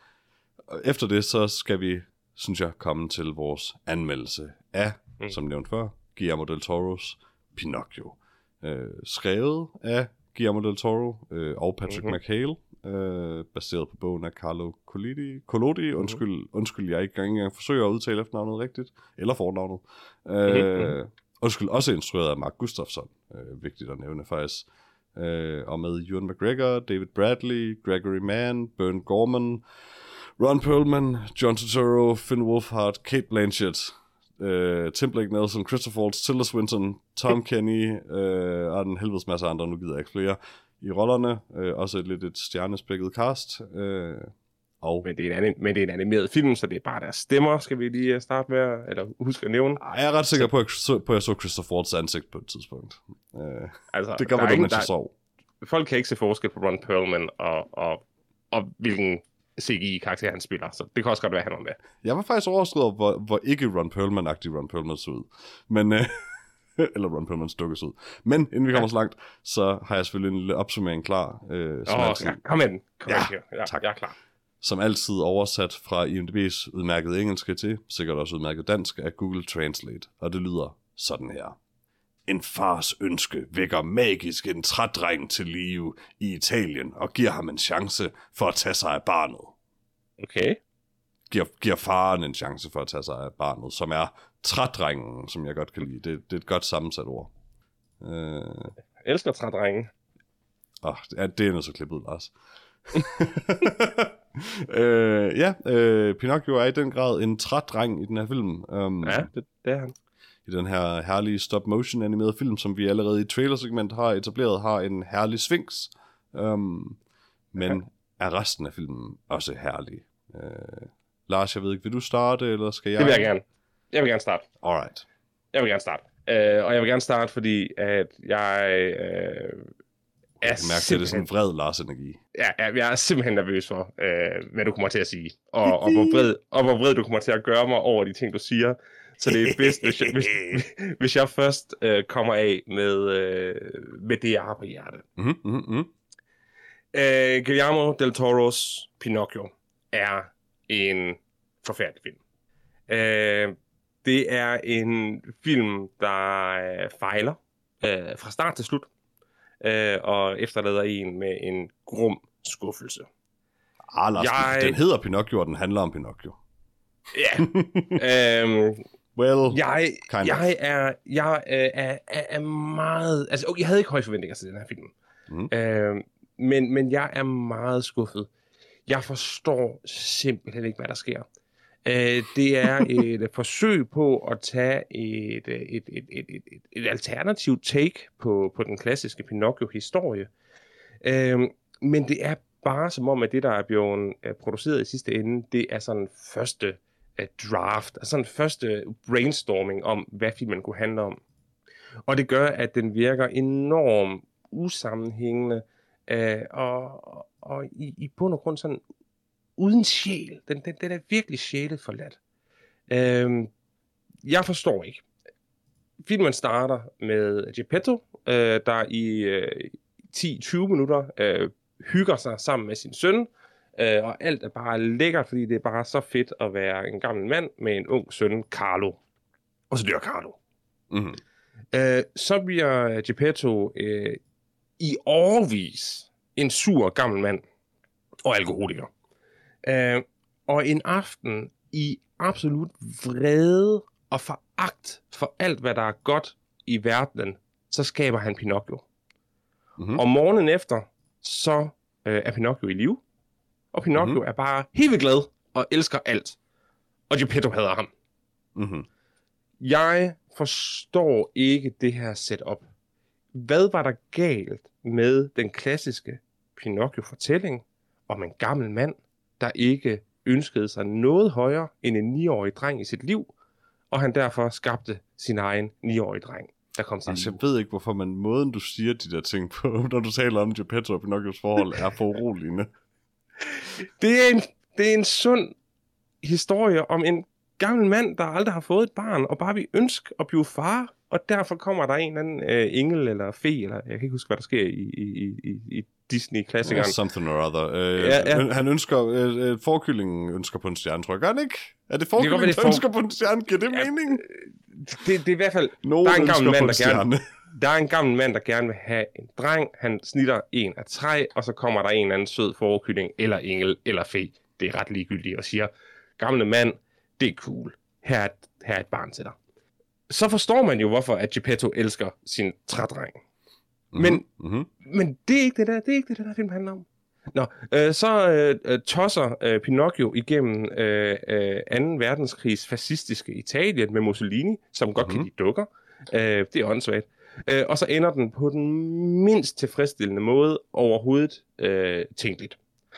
efter det, så skal vi, synes jeg, komme til vores anmeldelse af, mm. som nævnt før, Guillermo del Toros Pinocchio. Øh, skrevet af Guillermo del Toro øh, og Patrick mm-hmm. McHale, øh, baseret på bogen af Carlo Collodi. Collodi, undskyld, mm-hmm. undskyld, jeg ikke engang forsøger at udtale efternavnet rigtigt, eller fornavnet. Øh, mm-hmm. Undskyld, også instrueret af Mark Gustafsson, øh, vigtigt at nævne faktisk. Øh, og med Ewan McGregor, David Bradley, Gregory Mann, Bern Gorman, Ron Perlman, John Turturro, Finn Wolfhard, Cate Blanchett, øh, Tim Blake Nelson, Christopher Waltz, Tilda Swinton, Tom Kenny, øh, og en helvedes masse andre, nu gider jeg ikke flere, i rollerne. Øh, også et lidt et stjernespækket cast. Øh, og men, det er en anim- men det er en animeret film, så det er bare deres stemmer, skal vi lige starte med, eller huske at nævne. Jeg er ret sikker på, at jeg så, på, at jeg så Christopher Waltz ansigt på et tidspunkt. Øh, altså, det gør man, mens jeg sov. Folk kan ikke se forskel på Ron Perlman og, og, og hvilken C G I-karakter han spiller, så det kan også godt være, han var med. Jeg var faktisk overrasket over, hvor, hvor ikke Ron Perlman-agtig Ron Perlman så ud. Men, øh, eller Ron Perlman dukkes ud. Men inden vi kommer ja. så langt, så har jeg selvfølgelig en lille opsummering klar. Øh, som oh, altid... ja, kom med den. Kom ja, med ja, tak. Jeg er klar. Som altid oversat fra I M D B's udmærket engelske til, sikkert også udmærket dansk, af Google Translate. Og det lyder sådan her. En fars ønske vækker magisk en trædreng til live i Italien og giver ham en chance for at tage sig af barnet. Okay. Giver, giver faren en chance for at tage sig af barnet, som er trædrengen, som jeg godt kan lide. Det, det er et godt sammensat ord. Uh... Jeg elsker trædrengen. Åh, oh, det er noget så klippet, Lars. uh, ja, uh, Pinocchio er i den grad en trædreng i den her film. Um, ja, det, det er han. I den her herlige stop-motion animerede film, som vi allerede i trailersegment har etableret, har en herlig sphinx. Um, men ja. er resten af filmen også herlig? Uh, Lars, jeg ved ikke, vil du starte, eller skal jeg? Det vil jeg gerne. Jeg vil gerne starte. Alright. Jeg vil gerne starte. Uh, og jeg vil gerne starte, fordi at jeg... Uh, jeg kan mærke, simpelthen... at det er sådan en vred Lars-energi. Ja, jeg er simpelthen nervøs for, uh, hvad du kommer til at sige. Og, og, hvor vred, og hvor vred du kommer til at gøre mig over de ting, du siger. Så det er bedst, hvis jeg, hvis, hvis jeg først øh, kommer af med, øh, med det, jeg har på hjertet. Mm-hmm, mm-hmm. Øh, Guillermo del Toros Pinocchio er en forfærdelig film. Øh, det er en film, der øh, fejler øh, fra start til slut, øh, og efterlader en med en grum skuffelse. Ah, Lars, jeg... den hedder Pinocchio, og den handler om Pinocchio. Ja. øhm, well, jeg, kind jeg of. er jeg øh, er, er meget altså okay, jeg havde ikke høje forventninger til den her film. Mm. Øhm, men men jeg er meget skuffet. Jeg forstår simpelthen ikke, hvad der sker. Øh, det er et forsøg på at tage et et et et et, et, et alternativt take på på den klassiske Pinocchio historie. Øhm, men det er bare som om, at det, der er blevet uh, produceret i sidste ende, det er sådan første uh, draft, altså sådan første brainstorming om, hvad filmen kunne handle om. Og det gør, at den virker enormt usammenhængende, uh, og, og i, i bund og grund sådan uden sjæl. Den, den, den er virkelig sjæleforladt. Uh, jeg forstår ikke. Filmen starter med Geppetto, uh, der i uh, ti til tyve minutter uh, hygger sig sammen med sin søn, uh, og alt er bare lækkert, fordi det er bare så fedt at være en gammel mand med en ung søn, Carlo. Og så dør Carlo. Mm-hmm. Uh, så bliver Geppetto uh, i årevis en sur gammel mand og alkoholiker. Uh, og en aften i absolut vrede og foragt for alt, hvad der er godt i verdenen, så skaber han Pinocchio. Mm-hmm. Og morgenen efter, så øh, er Pinocchio i live, og Pinocchio mm-hmm. er bare helt vildt glad og elsker alt. Og Geppetto hader ham. Mm-hmm. Jeg forstår ikke det her setup. Hvad var der galt med den klassiske Pinocchio-fortælling om en gammel mand, der ikke ønskede sig noget højere end en niårig dreng i sit liv, og han derfor skabte sin egen niårige dreng, der kom til altså, liv. Jeg ved ikke, hvorfor man måden, du siger de der ting på, når du taler om Geppetto og Pinocchios forhold, er for uroligende. Det er en, det er en sund historie om en gammel mand, der aldrig har fået et barn, og bare vil ønske at blive far, og derfor kommer der en eller anden øh, engel eller fe, eller jeg kan ikke huske, hvad der sker i, i, i, i Disney-klassikeren. Something or other. Øh, ja, ja. Han ønsker, øh, forkyllingen ønsker på en stjerne, tror jeg. Gør han ikke? Er det forkyllingen, der for... ønsker på en stjerne? Giver det ja, mening? Det, det er i hvert fald, Nogen der er en gammel mand, der gerne, der er en gammel mand, der gerne vil have en dreng. Han snitter en af træ, og så kommer der en eller anden sød forkylling, eller engel, eller fe. Det er ret ligegyldigt, og siger, gamle mand, det er cool. Her er, her er et barn til dig. Så forstår man jo, hvorfor at Geppetto elsker sin trædreng. Men, mm-hmm. men det er ikke det der, det er ikke det, der film handler om. Nå, øh, så øh, tosser øh, Pinocchio igennem øh, øh, anden verdenskrigs fascistiske Italien med Mussolini, som godt mm-hmm. kan lide dukker. Øh, det er åndssvagt. Øh, og så ender den på den mindst tilfredsstillende måde overhovedet øh, tænkeligt.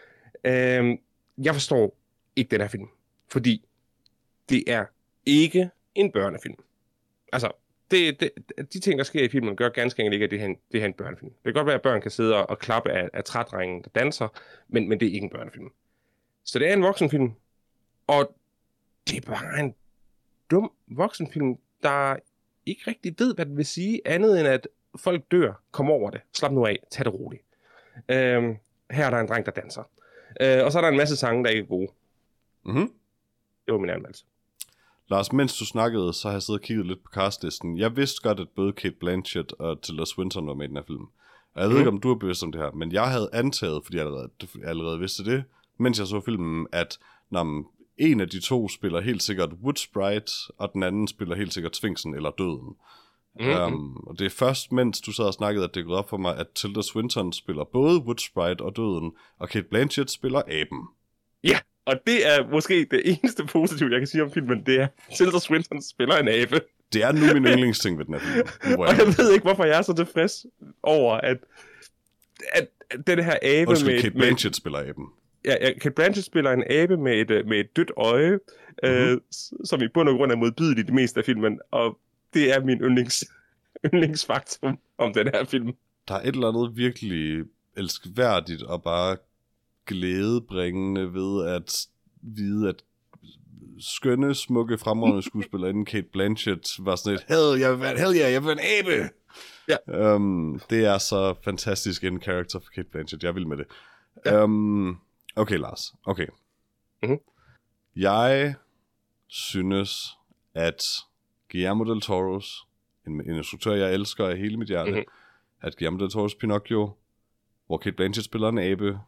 Øh, jeg forstår ikke den her film, fordi det er ikke en børnefilm. Altså, det, det, de ting, der sker i filmen, gør ganske enkelt ikke, at det her, det her er en børnefilm. Det kan godt være, at børn kan sidde og klappe af, af trædrengen, der danser, men, men det er ikke en børnefilm. Så det er en voksenfilm, og det er bare en dum voksenfilm, der ikke rigtig ved, hvad det vil sige, andet end at folk dør, kom over det, slap nu af, tag det roligt. Øhm, her er der en dreng, der danser. Øh, og så er der en masse sange, der ikke er gode. Mhm. Det var min anmeldelse. Lars, mens du snakkede, så har jeg siddet og kigget lidt på castlisten. Jeg vidste godt, at både Cate Blanchett og Tilda Swinton var med i den her film. Og jeg ved mm. ikke, om du er bevidst om det her, men jeg havde antaget, fordi jeg allerede, jeg allerede vidste det, mens jeg så filmen, at når en af de to spiller helt sikkert Wood Sprite, og den anden spiller helt sikkert Sfinksen eller Døden. Mm-hmm. Um, og det er først, mens du sad og snakkede, at det er gået op for mig, at Tilda Swinton spiller både Wood Sprite og Døden, og Cate Blanchett spiller Aben. Ja! Og det er måske det eneste positive, jeg kan sige om filmen, det er, at Tilda Swinton spiller en abe. Det er nu min yndlingsting ved den her film. Og jeg ved ikke, hvorfor jeg er så tilfreds over, at, at, at den her abe Undskyld, med... Cate Blanchett med, spiller aben. Ja, ja, Cate Blanchett spiller en abe med et, med et dødt øje, mm-hmm. øh, som i bund og grund er modbydelig i det meste af filmen, og det er min yndlings, yndlingsfaktum om den her film. Der er et eller andet virkelig elskværdigt og bare glædebringende ved at vide, at skønne, smukke, fremragende skuespillerinde Cate Blanchett var sådan et, hell, jeg vil være en, hell yeah, jeg vil være en abe! Ja. Um, det er så fantastisk en karakter for Cate Blanchett, jeg vil med det. Ja. Um, okay, Lars, okay. Mm-hmm. Jeg synes, at Guillermo del Toros, en, en instruktør, jeg elsker af hele mit hjerte, mm-hmm. at Guillermo del Toros Pinocchio, hvor Cate Blanchett spiller en abe,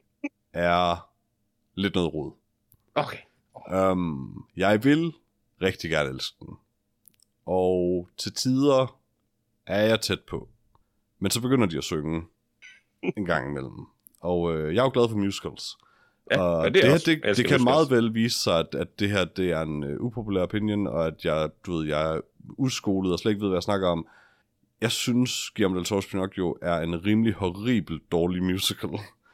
er lidt noget rod. Okay. Um, jeg vil rigtig gerne elske den. Og til tider er jeg tæt på. Men så begynder de at synge en gang imellem. Og øh, jeg er jo glad for musicals. Ja, og det, det, også, det, det kan meget vel vise sig, at, at det her det er en uh, upopulær opinion, og at jeg, du ved, jeg er uskolet og slet ikke ved, hvad jeg snakker om. Jeg synes, Guillermo del Toro's Pinocchio er en rimelig horribel dårlig musical.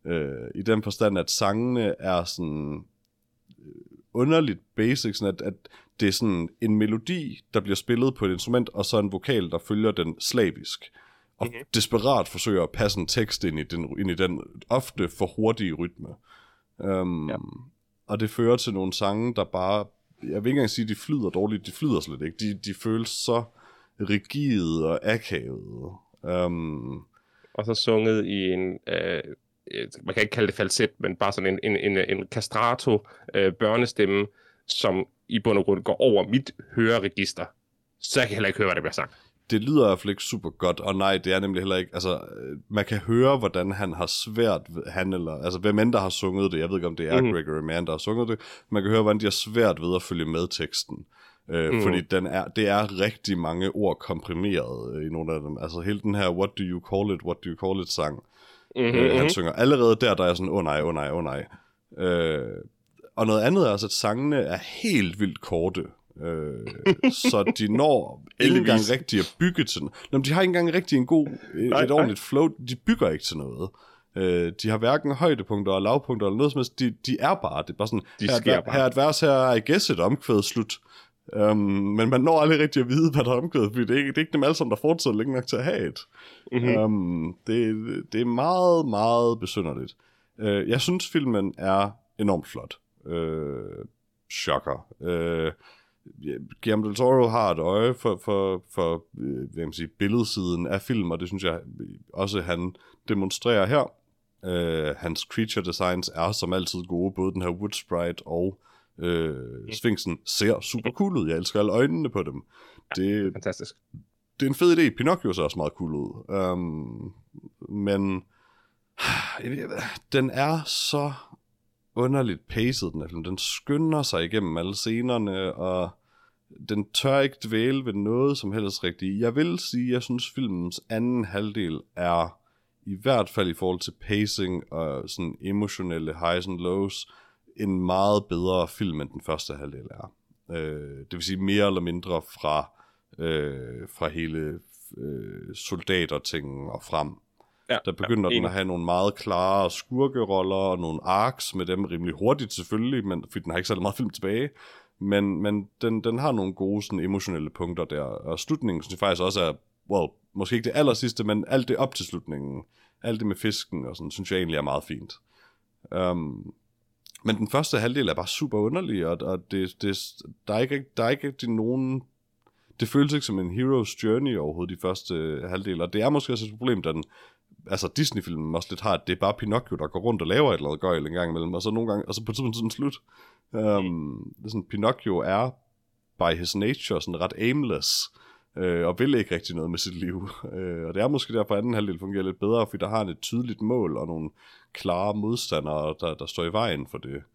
Øh, I den forstand, at sangene er sådan underligt basic, sådan at, at det er sådan en melodi, der bliver spillet på et instrument, og så en vokal, der følger den slavisk. Og mm-hmm. desperat forsøger at passe en tekst ind i den, ind i den ofte for hurtige rytme. Um, ja. Og det fører til nogle sange, der bare, jeg vil ikke engang sige, at de flyder dårligt, de flyder slet ikke. De, de føles så rigide og akavede. Um, og så sunget i en, øh, man kan ikke kalde det falset, men bare sådan en, en, en, en castrato øh, børnestemme, som i bund og grund går over mit høreregister. Så jeg kan heller ikke høre, hvad der bliver sagt. Det lyder i hvert fald ikke super godt, og nej, det er nemlig heller ikke, altså, man kan høre, hvordan han har svært, han eller, altså, hvem end der har sunget det, jeg ved ikke, om det er mm. Gregory Mann, der har sunget det, man kan høre, hvordan de har svært ved at følge med teksten, øh, mm. fordi den er, det er rigtig mange ord komprimeret i nogle af dem, altså hele den her, what do you call it, what do you call it sang, mm-hmm. øh, han synger allerede der, der er sådan, åh oh, nej, åh oh, nej, åh oh, nej, øh, og noget andet er altså, at sangene er helt vildt korte, Øh, så de når ikke engang rigtig at bygge til den. Nå, de har ikke engang rigtig en god et, nej, et ordentligt nej. flow. De bygger ikke til noget. øh, De har hverken højdepunkter og lavpunkter eller noget som helst. de, de er bare, det er bare sådan de her, her, her er et vers, her er I guess et omkvæd slut. um, Men man når aldrig rigtig at vide, hvad der er omkvædet, fordi det er, ikke, det er ikke dem alle sammen, der fortsætter længe nok til at have et. mm-hmm. um, det, det er meget, meget besynderligt. uh, Jeg synes filmen er enormt flot. uh, Chokker. uh, Guillermo del Toro har et øje for, for, for hvad kan man sige, billedsiden af film, og det synes jeg også, han demonstrerer her. Uh, hans creature designs er som altid gode, både den her wood sprite og uh, Sphinxen ser super cool ud. Jeg elsker alle øjnene på dem. Ja, det, fantastisk. Det er en fed idé. Pinocchio ser også meget cool ud. Um, men den er så underligt paced, den her film. Den skynder sig igennem alle scenerne, og den tør ikke dvæle ved noget som helst rigtigt. Jeg vil sige, at jeg synes, filmens anden halvdel er, i hvert fald i forhold til pacing og sådan emotionelle highs and lows, en meget bedre film, end den første halvdel er. Øh, det vil sige mere eller mindre fra, øh, fra hele øh, soldatertingen og frem. Ja, der begynder ja, den at have nogle meget klare skurkeroller og nogle arcs med dem rimelig hurtigt selvfølgelig, men, fordi den har ikke så meget film tilbage, men, men den, den har nogle gode sådan, emotionelle punkter der, og slutningen synes jeg faktisk også er, well, måske ikke det aller sidste, men alt det op til slutningen, alt det med fisken og sådan, synes jeg egentlig er meget fint. Um, men den første halvdel er bare super underlig, og, og det, det, der er ikke, der er ikke rigtig nogen, det føles ikke som en hero's journey overhovedet de første halvdel, og det er måske også et problem, da den altså Disney-filmen også lidt har, at det er bare Pinocchio, der går rundt og laver et eller andet gøjl en gang imellem, og så nogle gange, og så på et tidspunkt sådan slut. Um, det er sådan, Pinocchio er by his nature sådan ret aimless, øh, og vil ikke rigtig noget med sit liv. Øh, og det er måske derfor, at anden halvdel fungerer lidt bedre, fordi der har et tydeligt mål og nogle klare modstandere, der, der står i vejen for det.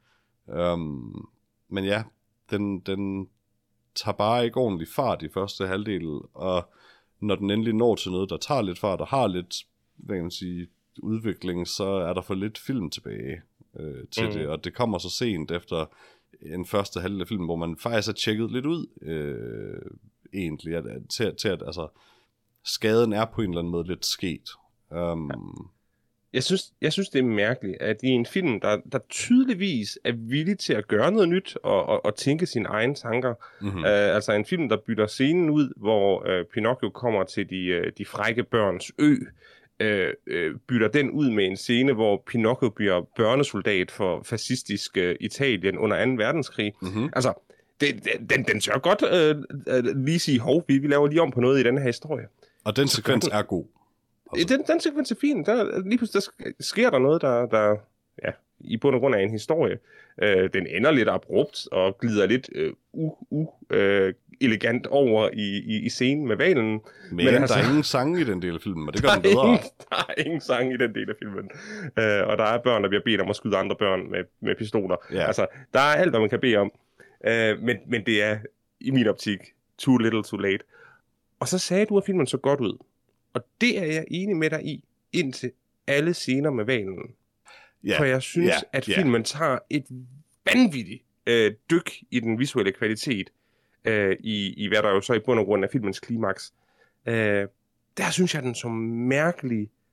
Um, men ja, den, den tager bare ikke ordentlig fart i første halvdel, og når den endelig når til noget, der tager lidt fart og har lidt, hvad kan man sige, udvikling, så er der for lidt film tilbage øh, til mm. det, og det kommer så sent efter en første halvdel af filmen, hvor man faktisk har tjekket lidt ud øh, egentlig, at, at, til, til at altså, skaden er på en eller anden måde lidt sket. Um, ja. Jeg synes, jeg synes, det er mærkeligt, at i en film, der, der tydeligvis er villig til at gøre noget nyt og, og, og tænke sine egne tanker. Mm-hmm. Uh, altså en film, der bytter scenen ud, hvor uh, Pinocchio kommer til de, uh, de frække børns ø, uh, uh, bytter den ud med en scene, hvor Pinocchio bliver børnesoldat for fascistisk uh, Italien under anden verdenskrig. Mm-hmm. Altså, det, den, den tør godt uh, uh, lige sige, hov, vi, vi laver lige om på noget i den her historie. Og den sekvens er god. Altså. Den, den sekvens er fin. Der, lige pludselig der sker der noget, der, der ja, i bund og grund er en historie. Øh, den ender lidt abrupt og glider lidt øh, u, u, øh, elegant over i, i, i scenen med valen. Men, Men altså, der er ingen sange i den del af filmen, og det gør den bedre. Ingen, der er ingen sange i den del af filmen. Øh, og der er børn, der bliver bedt om at skyde andre børn med, med pistoler. Ja. Altså, der er alt, hvad man kan bede om. Øh, men, men det er, i min optik, too little too late. Og så sagde du, at filmen så godt ud. Og det er jeg enig med dig i, indtil alle scener med valen. Yeah. For jeg synes, yeah. at filmen yeah. tager et vanvittigt øh, dyk i den visuelle kvalitet, øh, i, i hvad der jo så i bund og grund er filmens klimaks. Øh, der synes jeg, den så mærkelig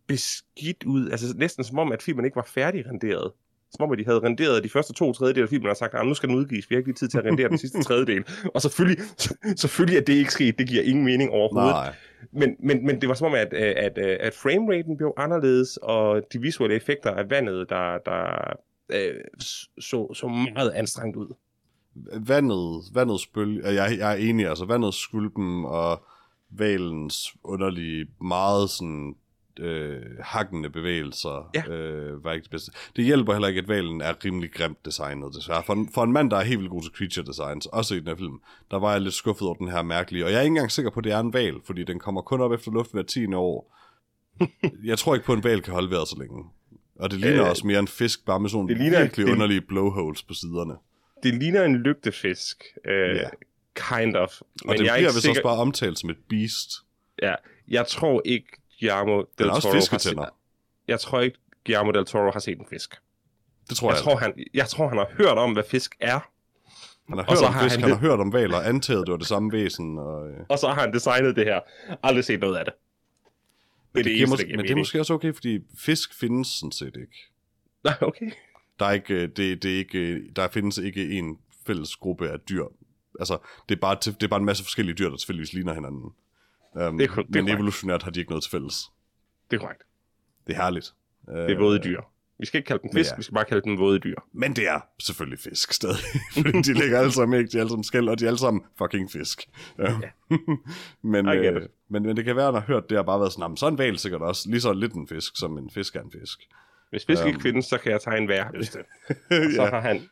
beskidt ud. Altså næsten som om, at filmen ikke var færdigrenderet. Som om, at de havde renderet de første to tredjedele af filmen og sagt, at nu skal den udgives. Vi har ikke lige tid til at rendere den sidste tredjedel. Og selvfølgelig, selvfølgelig er det ikke sket. Det giver ingen mening overhovedet. Nej. Men, men, men det var som om, at, at, at frameraten blev anderledes, og de visuelle effekter af vandet, der, der øh, så, så meget anstrengt ud. Vandet, vandets bølge, jeg, jeg er enig, altså vandets skulpen og valens underlige, meget sådan øh, hakkende bevægelser, ja. øh, var ikke det bedste. Det hjælper heller ikke, at valen er rimelig grimt designet, desværre. For en, for en mand, der er helt vildt god til creature designs, også i den her film, der var jeg lidt skuffet over den her mærkelige, og jeg er ikke engang sikker på, at det er en val, fordi den kommer kun op efter luft hver tiende år. Jeg tror ikke på, at en val kan holde vejret så længe. Og det ligner øh, også mere en fisk, bare med sådan nogle virkelig det, underlige blowholes på siderne. Det ligner en lygtefisk, uh, yeah. kind of. Men og det bliver vist sikker... også bare omtalt som et beast. Ja, jeg tror ikke, Guillermo del Toro har set... Jeg tror ikke, Guillermo del Toro har set en fisk. Det tror jeg. Jeg, tror, han... jeg tror, han har hørt om, hvad fisk er. Han har hørt om fisk, han, han har hørt om valer, antaget det var det samme væsen. Og, øh... og så har han designet det her. Aldrig set noget af det. Men det, det, det, måske, men det er måske også okay, fordi fisk findes sådan set ikke. Nej, okay. Der, er ikke, det, det er ikke, der findes ikke en fælles gruppe af dyr. Altså, det er bare, det er bare en masse forskellige dyr, der tilfældigvis ligner hinanden. Um, det er, det men evolutionært har de ikke noget til fælles. Det er korrekt. Det er herligt. Det er våde dyr. Vi skal ikke kalde dem fisk, ja. Vi skal bare kalde dem våde dyr. Men det er selvfølgelig fisk stadig. Fordi de ligger alle sammen ikke, de er alle sammen skæld, og de er alle sammen fucking fisk. Ja. men, øh, men, men det kan være, at han har hørt det, har bare været sådan, så er en hval sikkert også lige så lidt en fisk, som en fisk er en fisk. Hvis fisk um, ikke findes, så kan jeg tegne hver, hvis det. Og så ja. har han...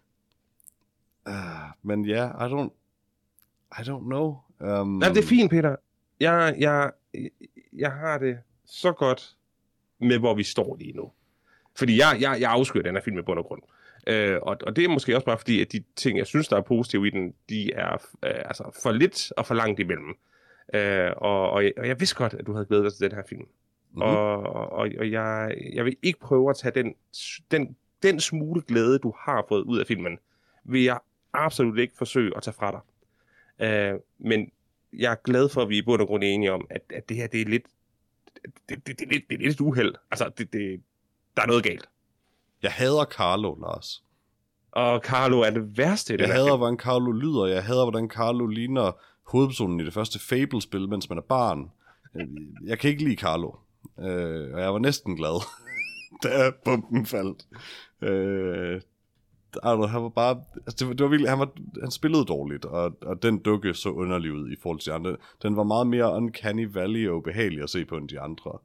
Uh, men ja, yeah, I don't... I don't know. Um... Nej, det er fint, Peter. Jeg, jeg, jeg har det så godt med, hvor vi står lige nu. Fordi jeg, jeg, jeg afskyr den her film i bund og grund. Øh, og, og det er måske også bare fordi, at de ting, jeg synes, der er positive i den, de er øh, altså for lidt og for langt imellem. Øh, og, og, jeg, og jeg vidste godt, at du havde glædet dig til den her film. Mm-hmm. Og, og, og jeg, jeg vil ikke prøve at tage den, den, den smule glæde, du har fået ud af filmen, vil jeg absolut ikke forsøge at tage fra dig. Øh, men jeg er glad for, at vi i bund og grund er enige om, at, at det her, det er lidt, det, det, det, det, det, det er lidt uheld. Altså, det, det, der er noget galt. Jeg hader Carlo, Lars. Og Carlo er det værste i den Jeg hader, hvordan Carlo lyder. Jeg hader, hvordan Carlo ligner hovedpersonen i det første Fable-spil, mens man er barn. Jeg kan ikke lide Carlo. Øh, og jeg var næsten glad, da bomben faldt. Øh, altså, han var bare... Altså, det, var, det var virkelig... Han, var, han spillede dårligt, og, og den dukke så underlig ud i forhold til de andre. Den var meget mere Uncanny Valley og ubehagelig at se på end de andre.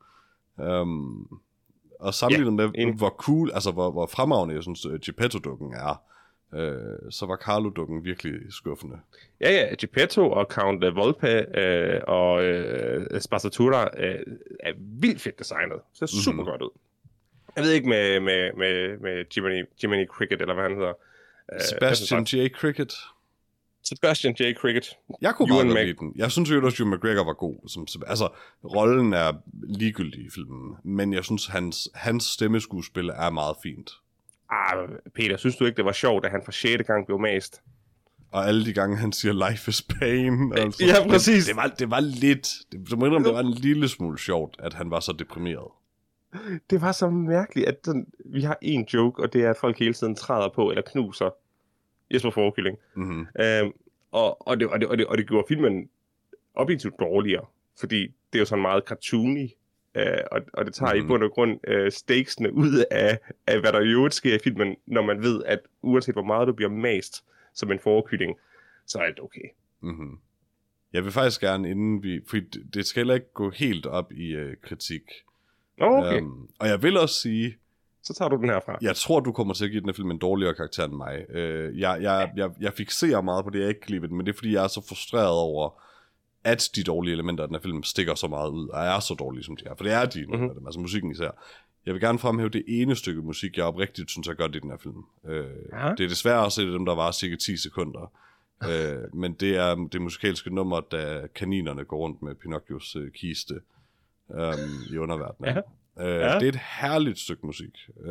Um, og sammenlignet ja, med, en... hvor cool... Altså, hvor, hvor fremragende, jeg synes, Geppetto-dukken er, øh, så var Carlo-dukken virkelig skuffende. Ja, ja. Geppetto og Count Volpe øh, og øh, Spazzatura øh, er vildt fedt designet. Så det ser super mm-hmm. godt ud. Jeg ved ikke med, med, med, med Jiminy, Jiminy Cricket, eller hvad han hedder. Sebastian J. Cricket. Sebastian J. Cricket. Jeg kunne meget godt lide den. Jeg synes jo, at Ewan McGregor var god. Som, altså, rollen er ligegyldig i filmen, men jeg synes, hans, hans stemmeskuespil er meget fint. Ah, Peter, synes du ikke, det var sjovt, at han for sjette gang blev mast? Og alle de gange, han siger, life is pain. Altså. Ja, præcis. Det, det, var, det var lidt... Det, som det var en lille smule sjovt, at han var så deprimeret. Det var så mærkeligt, at den, vi har en joke, og det er, at folk hele tiden træder på eller knuser Jesper Fårekylling. Mm-hmm. Øhm, og, og, det, og, det, og, det, og det gjorde filmen objektivt dårligere, fordi det er jo sådan meget cartoony, øh, og, og det tager mm-hmm. i bund og grund øh, stakesene ud af, af, hvad der i øvrigt sker i filmen, når man ved, at uanset hvor meget du bliver mast som en fårekylling, så er det okay. Mm-hmm. Jeg vil faktisk gerne, inden vi... For det skal heller ikke gå helt op i øh, kritik. Okay. Um, og jeg vil også sige... Så tager du den herfra. Jeg tror, du kommer til at give den her film en dårligere karakter end mig. Uh, jeg, jeg, jeg, jeg fixerer meget på det, jeg ikke kan lide ved den, men det er, fordi jeg er så frustreret over, at de dårlige elementer af den her film stikker så meget ud, og er så dårlige, som de er. For det er de, mm-hmm. dem, altså musikken især. Jeg vil gerne fremhæve det ene stykke musik, jeg oprigtigt synes, jeg gør det i den her film. Uh, ja. Det er desværre også et af dem, der var cirka ti sekunder. uh, men det er det musikalske nummer, da kaninerne går rundt med Pinocchios uh, kiste um, i underverdenen. Ja. Uh, ja. Det er et herligt stykke musik. Uh,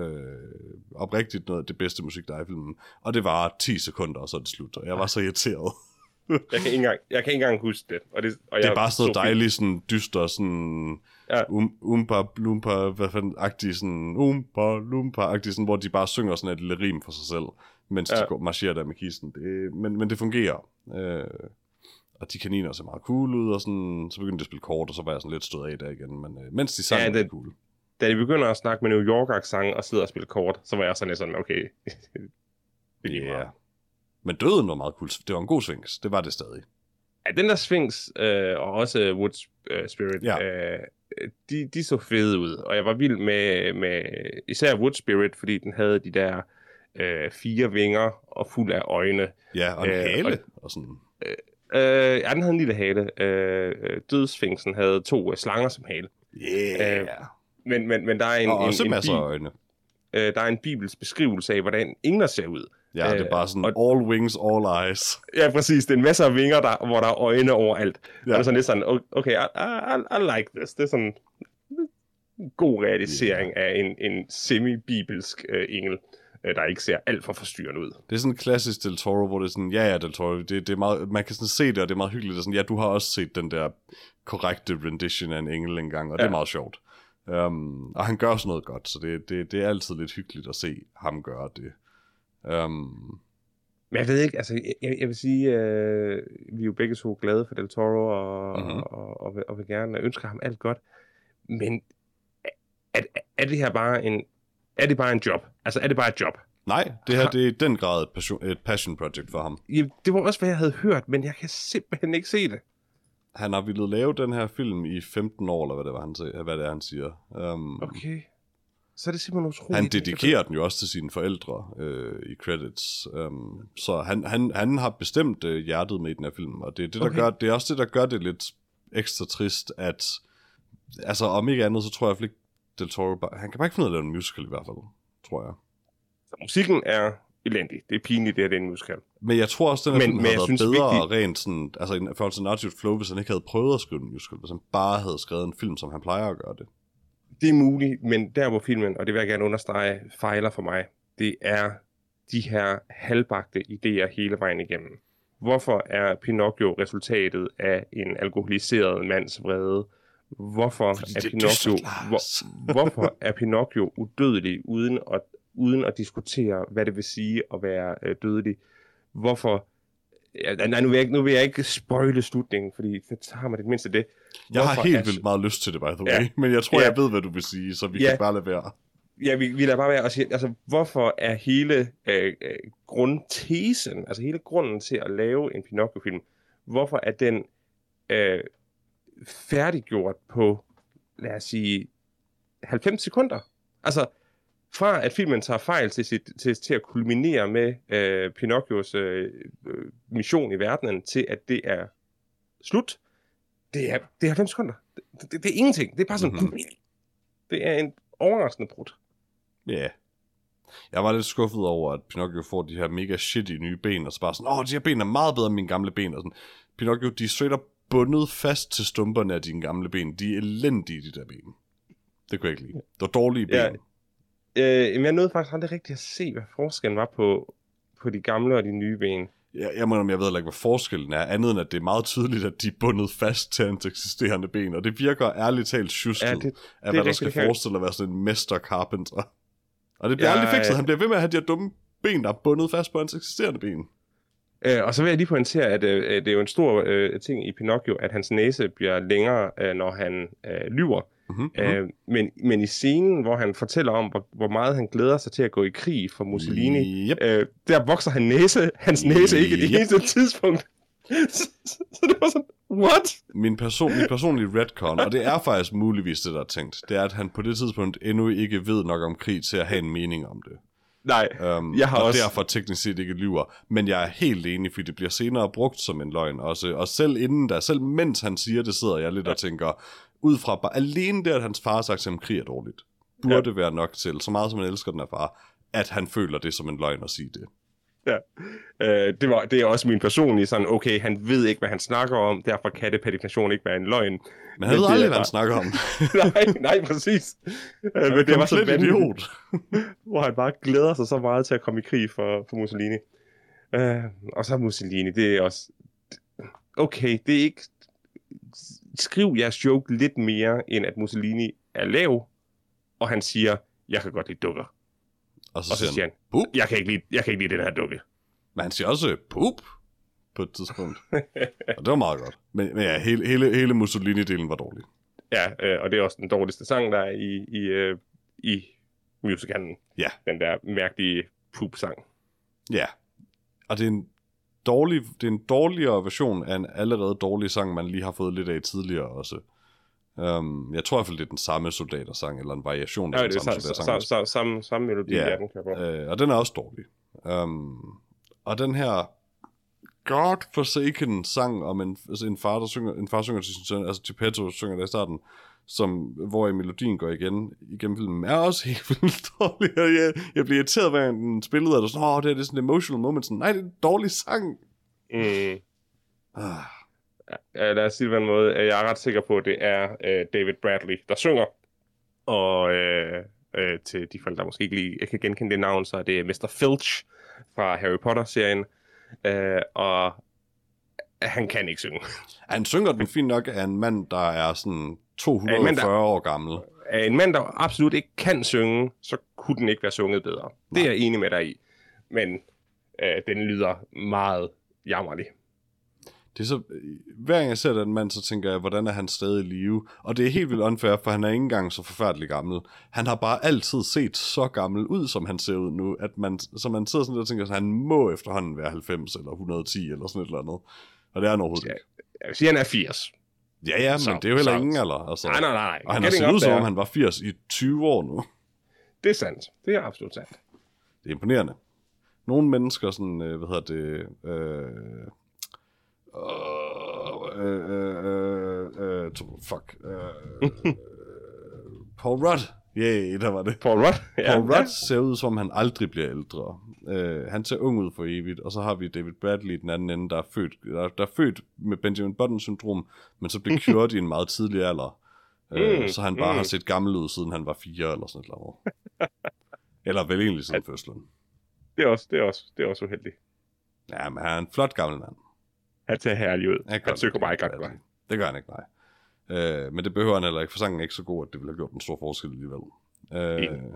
oprigtigt noget af det bedste musik, der er i filmen. Og det var ti sekunder, og så er det slut. Og jeg var så irriteret. Jeg kan ikke engang, jeg kan ikke engang huske det. Og det, og det er jeg bare så, så dejligt, film. sådan dyster, sådan ja. um, umpa, lumpa, hvad fanden-agtig, sådan umpa, lumpa-agtig, sådan, hvor de bare synger sådan et lille rim for sig selv, mens ja. de går, marcherer der med kisten. Det, men, men det fungerer. Øh, og de kaniner ser meget cool ud, og sådan, så begyndte de at spille kort, og så var jeg sådan lidt stødt af der igen, men øh, mens de sang, ja, det, var det cool. Da de begynder at snakke med New York-accent og sidder og spille kort, så var jeg sådan lidt sådan, okay. Ja. Yeah. Men døden var meget cool. Det var en god Sphinx. Det var det stadig. Ja, den der Sphinx, øh, og også Wood øh, Spirit, ja. øh, de, de så fede ud. Og jeg var vild med, med især Wood Spirit, fordi den havde de der øh, fire vinger og fuld af øjne. Ja, og en øh, hale. Og, og sådan. Øh, øh, ja, den havde en lille hale. Øh, Dødssphinxen havde to øh, slanger som hale. Yeah. Øh, men, men, men der er en... og en, også en masser af øjne. Øh, der er en bibels beskrivelse af, hvordan engler ser ud. Ja, det er bare sådan, og, all wings, all eyes. Ja, præcis. Det er en masse af vinger, der, hvor der er øjne overalt. Ja. Og det er sådan lidt sådan, okay, I, I, I like this. Det er sådan en god realisering yeah. af en, en semi-bibelsk øh, engel, øh, der ikke ser alt for forstyrrende ud. Det er sådan en klassisk Del Toro, hvor det er sådan, ja, ja, Del Toro, det, det er meget, man kan sådan se det, og det er meget hyggeligt. Det er sådan, ja, du har også set den der korrekte rendition af en engel engang, og ja. Det er meget sjovt. Um, og han gør også noget godt, så det, det, det er altid lidt hyggeligt at se ham gøre det. Um, Men jeg ved ikke, altså jeg, jeg vil sige, øh, vi er jo begge to glade for Del Toro, og, mm-hmm. og, og, og, vil, og vil gerne ønske ham alt godt. Men er, er det her bare en, er det bare en job? Altså er det bare et job? Nej, det her det er i den grad et passion, et passion project for ham. Ja, det var også, hvad jeg havde hørt, men jeg kan simpelthen ikke se det. Han har villet lave den her film i femten år, eller hvad det, var, han siger, hvad det er, han siger. Um, okay. Så er det simpelthen utroligt. Han dedikerer den jo også til sine forældre øh, i credits. Um, så han, han, han har bestemt øh, hjertet med i den her film, og det er, det, der okay. gør, det er også det, der gør det lidt ekstra trist, at altså om ikke andet, så tror jeg ikke, Del Toro, bare, han kan bare ikke finde ud af at lave en musical i hvert fald, tror jeg. Så musikken er elendig. Det er pinligt, det er det en musical. Men jeg tror også, den her men, film havde været bedre vigtigt... rent sådan, altså i forhold til narrative flow, hvis han ikke havde prøvet at skrive en musical, hvis han bare havde skrevet en film, som han plejer at gøre det. Det er muligt, men der hvor filmen, og det vil jeg gerne understrege, fejler for mig, det er de her halvbagte idéer hele vejen igennem. Hvorfor er Pinocchio resultatet af en alkoholiseret mands vrede? Hvorfor er Pinocchio, hvor, hvorfor er Pinocchio udødelig uden at, uden at diskutere, hvad det vil sige at være øh, dødelig? Hvorfor... Ja, nej, nu vil, jeg ikke, nu vil jeg ikke spoile slutningen, fordi det tager mig det mindste det. Hvorfor jeg har helt er... vildt meget lyst til det, by the way, ja. Men jeg tror, ja. jeg ved, hvad du vil sige, så vi ja. kan bare lade være. Ja, vi, vi lader bare være at sige, altså, hvorfor er hele øh, øh, grundtesen, altså hele grunden til at lave en Pinocchio-film, hvorfor er den øh, færdiggjort på, lad os sige, halvfems sekunder? Altså, fra at filmen tager fejl til, sit, til, til at kulminere med øh, Pinocchios øh, mission i verdenen, til at det er slut, det er, det er halvfems sekunder. Det, det, det er ingenting. Det er bare sådan, mm-hmm. det er en overraskende brud. Ja. Yeah. Jeg var lidt skuffet over, at Pinocchio får de her mega shitty nye ben, og så bare sådan, åh, de her ben er meget bedre end mine gamle ben, og sådan. Pinocchio, de er straight up bundet fast til stumperne af dine gamle ben. De er elendige, de der ben. Det kunne jeg ikke lide. Det var dårlige ben. Ja. Øh, jeg nåede faktisk aldrig rigtigt at se, hvad forskellen var på, på de gamle og de nye ben. Jeg, jeg mener, jeg ved ikke, hvad forskellen er, andet end at det er meget tydeligt, at de er bundet fast til hans eksisterende ben, og det virker ærligt talt sjusket, ja, det, af hvad der skal forestille at være sådan en mester carpenter. Og det bliver ja, aldrig fikset. Han bliver ved med at have de her dumme ben, der er bundet fast på hans eksisterende ben. Øh, og så vil jeg lige pointere, at øh, det er jo en stor øh, ting i Pinocchio, at hans næse bliver længere, øh, når han øh, lyver. Mm-hmm. Øh, men, men i scenen, hvor han fortæller om, hvor, hvor meget han glæder sig til at gå i krig for Mussolini, yep. øh, der vokser han næse, hans næse ikke i det yep. eneste tidspunkt. så, så det var sådan, what? Min, person, min personlige retcon, og det er faktisk muligvis det, der er tænkt, det er, at han på det tidspunkt endnu ikke ved nok om krig til at have en mening om det. Nej, um, jeg har og også... derfor teknisk set ikke lyver. Men jeg er helt enig, fordi det bliver senere brugt som en løgn også. Og selv inden da, selv mens han siger det, sidder jeg lidt ja. og tænker, ud fra bare alene det, at hans far har sagt til ham, krig er dårligt, burde ja. være nok til, så meget som han elsker den her far, at han føler det som en løgn at sige det. Ja, øh, det, var, det er også min personlige sådan, okay, han ved ikke, hvad han snakker om, derfor kan det per definition ikke være en løgn. Men han men ved aldrig, hvad han snakker om. nej, nej, præcis. Han men det var så idiot. hvor han bare glæder sig så meget til at komme i krig for, for Mussolini. Øh, og så Mussolini, det er også... okay, det er ikke... Skriv jeres joke lidt mere, end at Mussolini er lav, og han siger, jeg kan godt lide dukker. Og så, Og så siger siger han, han, poop. jeg kan ikke lide, jeg kan ikke lide den her dukke. Men han siger også poop på et tidspunkt. Og det var meget godt. Men, men ja, hele, hele, hele Mussolini-delen var dårlig. Ja, øh, og det er også den dårligste sang, der er i, i, øh, i musicalen. Ja. Den der mærkelige poop-sang. Ja. Og det er en dårlig, det er en dårligere version af en allerede dårlig sang, man lige har fået lidt af tidligere også. Um, jeg tror i hvert fald, det er den samme soldatersang, eller en variation af Ja, den det er samme sa- soldatersang. sa- sa- samme, samme melodi, Ja, ja, den kan på. øh, og den er også dårlig. Um, og den her God-forsaken sang om en, altså en far, der synger, en far synger til sin søn, altså Geppetto synger der i starten, som, hvor melodien går igen igennem filmen, er også helt vildt dårlig. Og jeg, jeg bliver irriteret, hver gang den spillede, og der sådan, åh, det er, det er sådan en emotional moment. Sådan, nej, det er en dårlig sang. Mm. Ah. Ja, lad os sige det på en måde. Jeg er ret sikker på, at det er øh, David Bradley, der synger. Og øh, øh, til de folk, der måske ikke lige jeg kan genkende det navn, så er det mister Filch fra Harry Potter-serien. Øh, og han kan ikke synge. Han synger den fint nok af en mand, der er sådan to hundrede og fyrre Ja, der... år gammel. Af en mand, der absolut ikke kan synge, så kunne den ikke være sunget bedre. Nej. Det er jeg enig med dig i. Men øh, den lyder meget jammerlig. Det er så, hver gang jeg ser den mand, så tænker jeg, hvordan er han stadig i live? Og det er helt vildt unfair, for han er ikke engang så forfærdelig gammel. Han har bare altid set så gammel ud, som han ser ud nu, at man, så man sidder sådan der og tænker, at han må efterhånden være halvfems eller et hundrede og ti eller sådan et eller andet. Og det er han overhovedet ikke. Jeg vil sige, at han er firs. Ja, ja, men så, det er jo heller så, ingen alder. Altså. Nej, nej, nej. Og han har set ud, som om han var firs i tyve år nu. Det er sandt. Det er absolut sandt. Det er imponerende. Nogle mennesker sådan, øh, hvad hedder det... Øh, øh, øh, øh, øh, fuck. Øh, Paul Rudd. Yay, der var det. Paul Rudd? Ja, Paul Rudd ja. ser ud, som han aldrig bliver ældre. Uh, han ser ung ud for evigt. Og så har vi David Bradley i den anden ende, der er født, der, der er født med Benjamin Button-syndrom, men så blev cured i en meget tidlig alder. Uh, mm, så han bare mm. har set gammel ud, siden han var fire eller sådan noget. Eller vel egentlig siden ja. fødslen. Det er, også, det, er også, det er også uheldigt. Ja, men han er en flot gammel mand. Han ser herlig ud. Han, han søger bare i gang. Det gør han ikke, nej. Uh, men det behøver han heller ikke, for sangen er ikke så god, at det ville have gjort en stor forskel alligevel. Uh,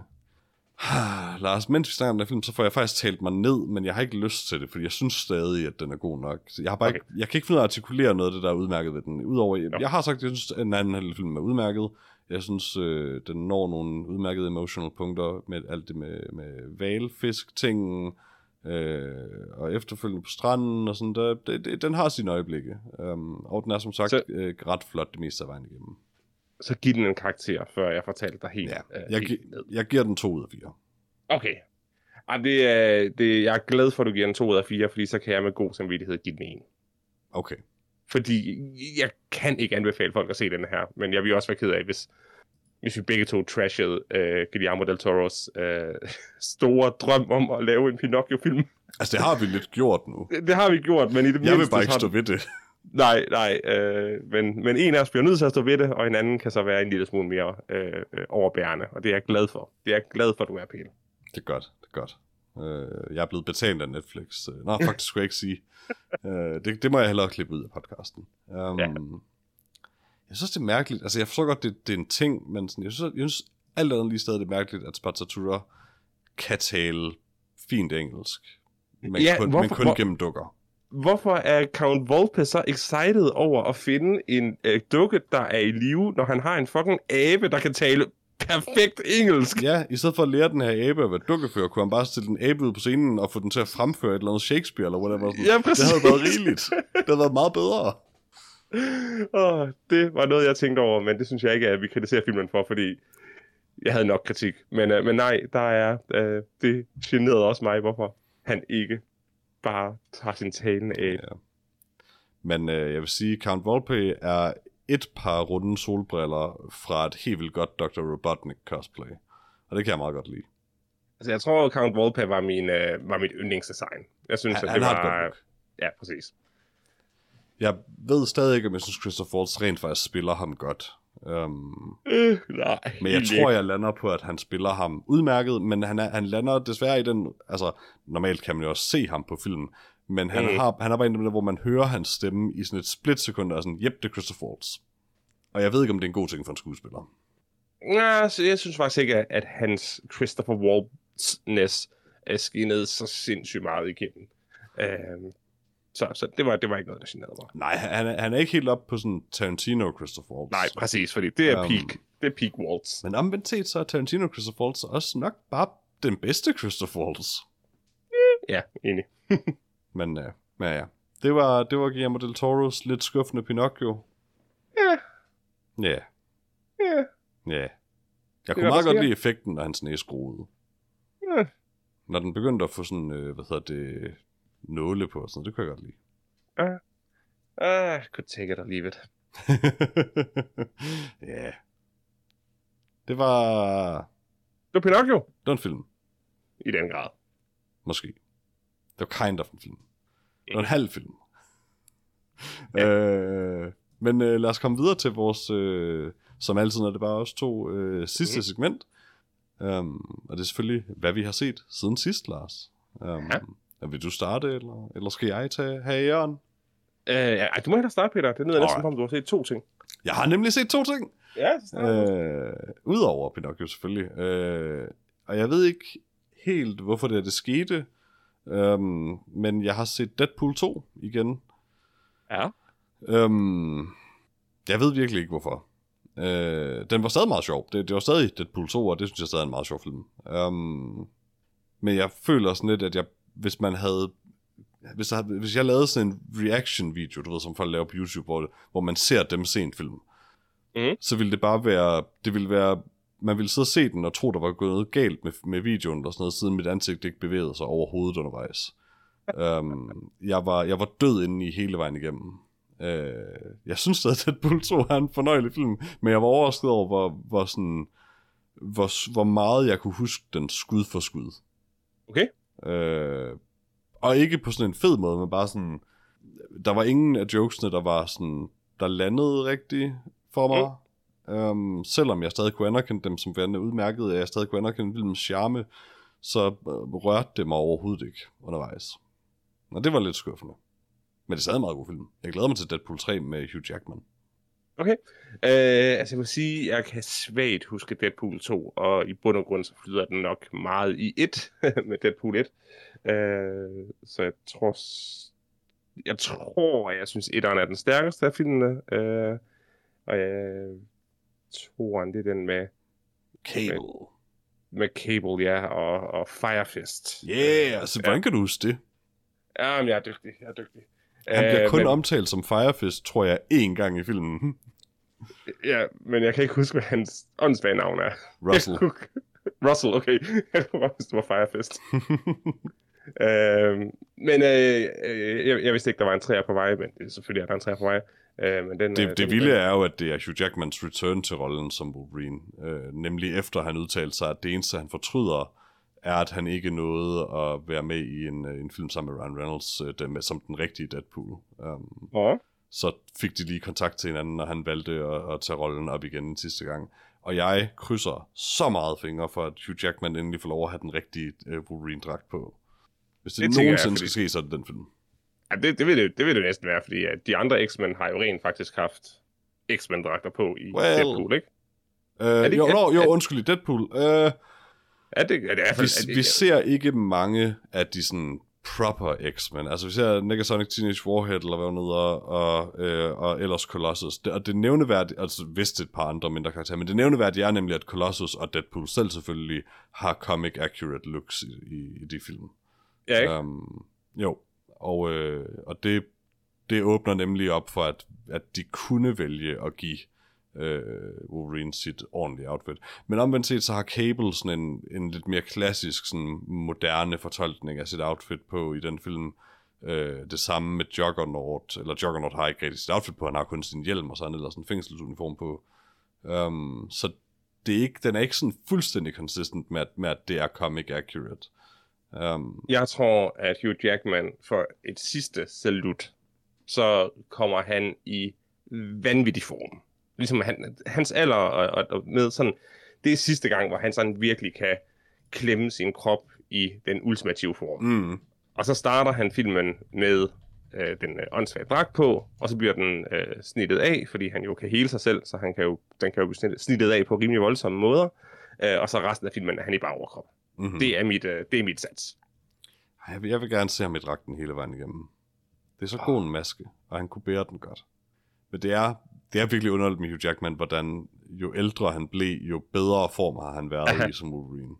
Lars, mens vi snakker om den film, så får jeg faktisk talt mig ned, men jeg har ikke lyst til det, fordi jeg synes stadig, at den er god nok. Så jeg, har bare okay. ikke, jeg kan ikke finde ud af at artikulere noget af det, der er udmærket ved den. Udover, jeg, jeg har sagt, at jeg synes, at den anden film er udmærket. Jeg synes, øh, den når nogle udmærkede emotional punkter med alt det med, med valfisk-tingen, øh, og efterfølgende på stranden og sådan der. Det, det, den har sine øjeblikke, um, og den er som sagt så, øh, ret flot det meste af vejen igennem. Så giv den en karakter, før jeg fortalte dig helt, ja, øh, jeg, helt ned. Jeg giver den to ud af fire. Okay. Ej, det er, det, jeg er glad for, at du giver den to ud af fire, fordi så kan jeg med god samvittighed give den en. Okay. Fordi jeg kan ikke anbefale folk at se den her, men jeg vil også være ked af, hvis, hvis vi begge to trashede uh, Guillermo del Toros uh, store drøm om at lave en Pinocchio-film. Altså, det har vi lidt gjort nu. Det, det har vi gjort, men i det jeg vil bare ikke stå ved det. Nej, nej, øh, men, men en af os bliver nødt til at stå ved det, og en anden kan så være en lille smule mere øh, overbærende, og det er jeg glad for. Det er jeg glad for, at du er, Peter. Det er godt, det er godt. Øh, jeg er blevet betalt af Netflix. Nå, faktisk skulle jeg ikke sige. øh, det, det må jeg hellere klippe ud af podcasten. Um, ja. Jeg synes, det er mærkeligt. Altså, jeg forstår godt, det, det er en ting, men sådan, jeg synes, jeg synes alt andet lige stadig det er mærkeligt, at Spazzatura kan tale fint engelsk, men ja, kun, hvorfor, men kun hvor... gennem dukker. Hvorfor er Count Volpe så excited over at finde en øh, dukke, der er i live, når han har en fucking abe, der kan tale perfekt engelsk? Ja, i stedet for at lære den her abe at være dukkefører, kunne han bare stille en abe ud på scenen og få den til at fremføre et eller andet Shakespeare eller whatever. Ja, præcis. Det havde været rigeligt. Det havde været meget bedre. Oh, det var noget, jeg tænkte over, men det synes jeg ikke, at vi kritiserer filmen for, fordi jeg havde nok kritik. Men, øh, men nej, der er, øh, det generede også mig, hvorfor han ikke bare tager sin talende af. Ja. Men øh, jeg vil sige, Count Volpe er et par runde solbriller fra et helt vildt godt doktor Robotnik cosplay. Og det kan jeg meget godt lide. Altså, jeg tror, Count Volpe var, min, øh, var mit yndlingsdesign. Jeg synes, han, at det han var... har et godt look. Ja, præcis. Jeg ved stadig ikke, om jeg synes, Christopher Waltz rent faktisk spiller ham godt. Um, øh, nej. Men jeg tror, jeg lander på, at han spiller ham udmærket, men han, er, han lander desværre i den... Altså, normalt kan man jo også se ham på film, Men han, mm. har, han har bare en af dem der, hvor man hører hans stemme i sådan et splitsekund, og er sådan, jep, det er Christopher Waltz. Og jeg ved ikke, om det er en god ting for en skuespiller. Nej, så jeg synes faktisk ikke, at hans Christopher Waltz-ness er skinnet så sindssygt meget igennem. Øhm, så så det, var, det var ikke noget, der generede mig. Nej, han er, han er ikke helt op på sådan Tarantino Christopher Waltz. Nej, præcis, fordi det er um, peak. Det er peak Waltz. Men omvendt set, så er Tarantino Christopher Waltz også nok bare den bedste Christopher Waltz. Ja, enig. men, uh, men ja, det var, det var Guillermo del Toros lidt skuffende Pinocchio. Ja. Ja. Ja. Ja. Jeg kunne meget godt lide effekten, når hans næse groede. Ja. Når den begyndte at få sådan, øh, hvad hedder det, nåle på og sådan noget, det kunne jeg godt lide. Ah, uh, uh, could take it or leave it. Ja. yeah. Det var... Det var Pinocchio. Det var en film. I den grad. Måske. Det var kind of en film. Det var en halv film. Ja. øh, men øh, lad os komme videre til vores, øh, som altid, når det bare også to øh, sidste mm. segment. Um, og det er selvfølgelig, hvad vi har set siden sidst, Lars. Um, ja. Vil du starte, eller, eller skal jeg tage have æren? Uh, ja, du må hellere starte, Peter. Det lyder næsten som, du har set to ting. Jeg har nemlig set to ting. Ja, så uh, Udover Pinocchio, selvfølgelig. Uh, og jeg ved ikke helt, hvorfor det er, det skete. Um, men jeg har set Deadpool to igen. Ja. Um, jeg ved virkelig ikke, hvorfor. Uh, den var stadig meget sjov. Det, det var stadig Deadpool to, og det synes jeg stadig er en meget sjov film. Um, men jeg føler sådan lidt, at jeg, hvis man havde... Hvis, der, hvis jeg lavede sådan en reaction-video, du ved, som folk laver på YouTube, hvor, hvor man ser dem se en film, mm. så ville det bare være... Det ville være... Man ville sidde og se den og tro, der var gået noget galt med, med videoen eller sådan noget, siden mit ansigt ikke bevægede sig overhovedet undervejs. um, jeg, var, jeg var død inde i hele vejen igennem. Uh, jeg synes stadig, at Deadpool to er en fornøjelig film, men jeg var overrasket over, hvor, hvor, sådan, hvor, hvor meget jeg kunne huske den skud for skud. Okay. Uh, og ikke på sådan en fed måde, men bare sådan, der var ingen af jokesene, der var sådan, der landede rigtigt for mig. Mm. Um, selvom jeg stadig kunne anerkende dem som værende udmærket, og jeg stadig kunne anerkende filmens charme, så uh, rørte det mig overhovedet ikke undervejs. Og det var lidt skuffende. Men det er stadig en meget god film. Jeg glæder mig til Deadpool tre med Hugh Jackman. Okay. Øh, altså jeg vil sige, jeg kan svagt huske Deadpool to, og i bund og grund så flyder den nok meget i et med Deadpool et. Øh, så jeg tror, jeg tror, at jeg synes, etteren er den stærkeste af filmene. Øh, og jeg toeren, det er den med Cable. Med, med Cable, ja, og, og Fire Fist. Yeah, altså hvordan ja. Kan du huske det? Jamen, jeg er dygtig, jeg er dygtig. Han bliver kun men, omtalt som Firefist, tror jeg, én gang i filmen. Ja, men jeg kan ikke huske, hvad hans åndssvage navn er. Russell. Russell, okay. Jeg kunne godt, hvis det var Firefist. øh, men øh, jeg, jeg vidste ikke, der var en træer på vej, men selvfølgelig er der en træer på vej. Øh, men den, det det det vilde er jo, at det er Hugh Jackmans return til rollen som Wolverine. Øh, nemlig efter han udtalte sig, at det eneste, han fortryder, er, at han ikke nåede at være med i en, en film sammen med Ryan Reynolds, øh, med, som den rigtige Deadpool. Um, ja. Så fik de lige kontakt til hinanden, og han valgte at, at tage rollen op igen den sidste gang. Og jeg krydser så meget fingre for, at Hugh Jackman endelig får lov at have den rigtige øh, Wolverine-dragt på. Hvis det, det nogensinde jeg, fordi... skal ske, så er det den film. Ja, det, det, vil det, det vil det næsten være, fordi at de andre X-Men har jo rent faktisk haft X-Men-dragter på i well, Deadpool, ikke? Øh, det, jo, er, no, jo, undskyld, i Deadpool. Øh, er det, er det, er vi, er det, vi ser ikke mange af de sådan proper X-Men. Altså vi ser Negasonic Teenage Warhead, eller hvad noget, og, og, øh, og ellers Colossus. Det, og det nævneværdige, altså vist et par andre mindre karakterer, men det nævneværdige er nemlig, at Colossus og Deadpool selv selvfølgelig har comic accurate looks i, i, i de film. Ja, ikke? Um, jo, og, øh, og det, det åbner nemlig op for, at, at de kunne vælge at give øh, Wolverine sit ordentlige outfit. Men omvendt set, så har Cable sådan en, en lidt mere klassisk, sådan moderne fortolkning af sit outfit på i den film. Øh, det samme med Juggernaut, eller Juggernaut har ikke rigtig sit outfit på, han har kun sin hjelm og sådan, eller sådan en fængselsuniform på. Um, så det er ikke, den er ikke sådan fuldstændig consistent med, at, med, at det er comic accurate. Um, jeg tror, at Hugh Jackman for et sidste salut, så kommer han i vanvittig form. Ligesom han, hans alder og, og, og med sådan, det er sidste gang, hvor han sådan virkelig kan klemme sin krop i den ultimative form. Mm. Og så starter han filmen med øh, den øh, åndssvage dragt på, og så bliver den øh, snittet af, fordi han jo kan hele sig selv, så han kan jo, den kan jo blive snittet, snittet af på rimelig voldsomme måder. Øh, og så resten af filmen er han i bare overkrop. Mm-hmm. Det er mit, øh, det er mit sats. Jeg vil, jeg vil gerne se ham i dragten hele vejen igennem. Det er så oh. god en maske, og han kunne bære den godt. Men det er, det er virkelig underligt med Hugh Jackman, hvordan jo ældre han blev, jo bedre form har han været i som Wolverine.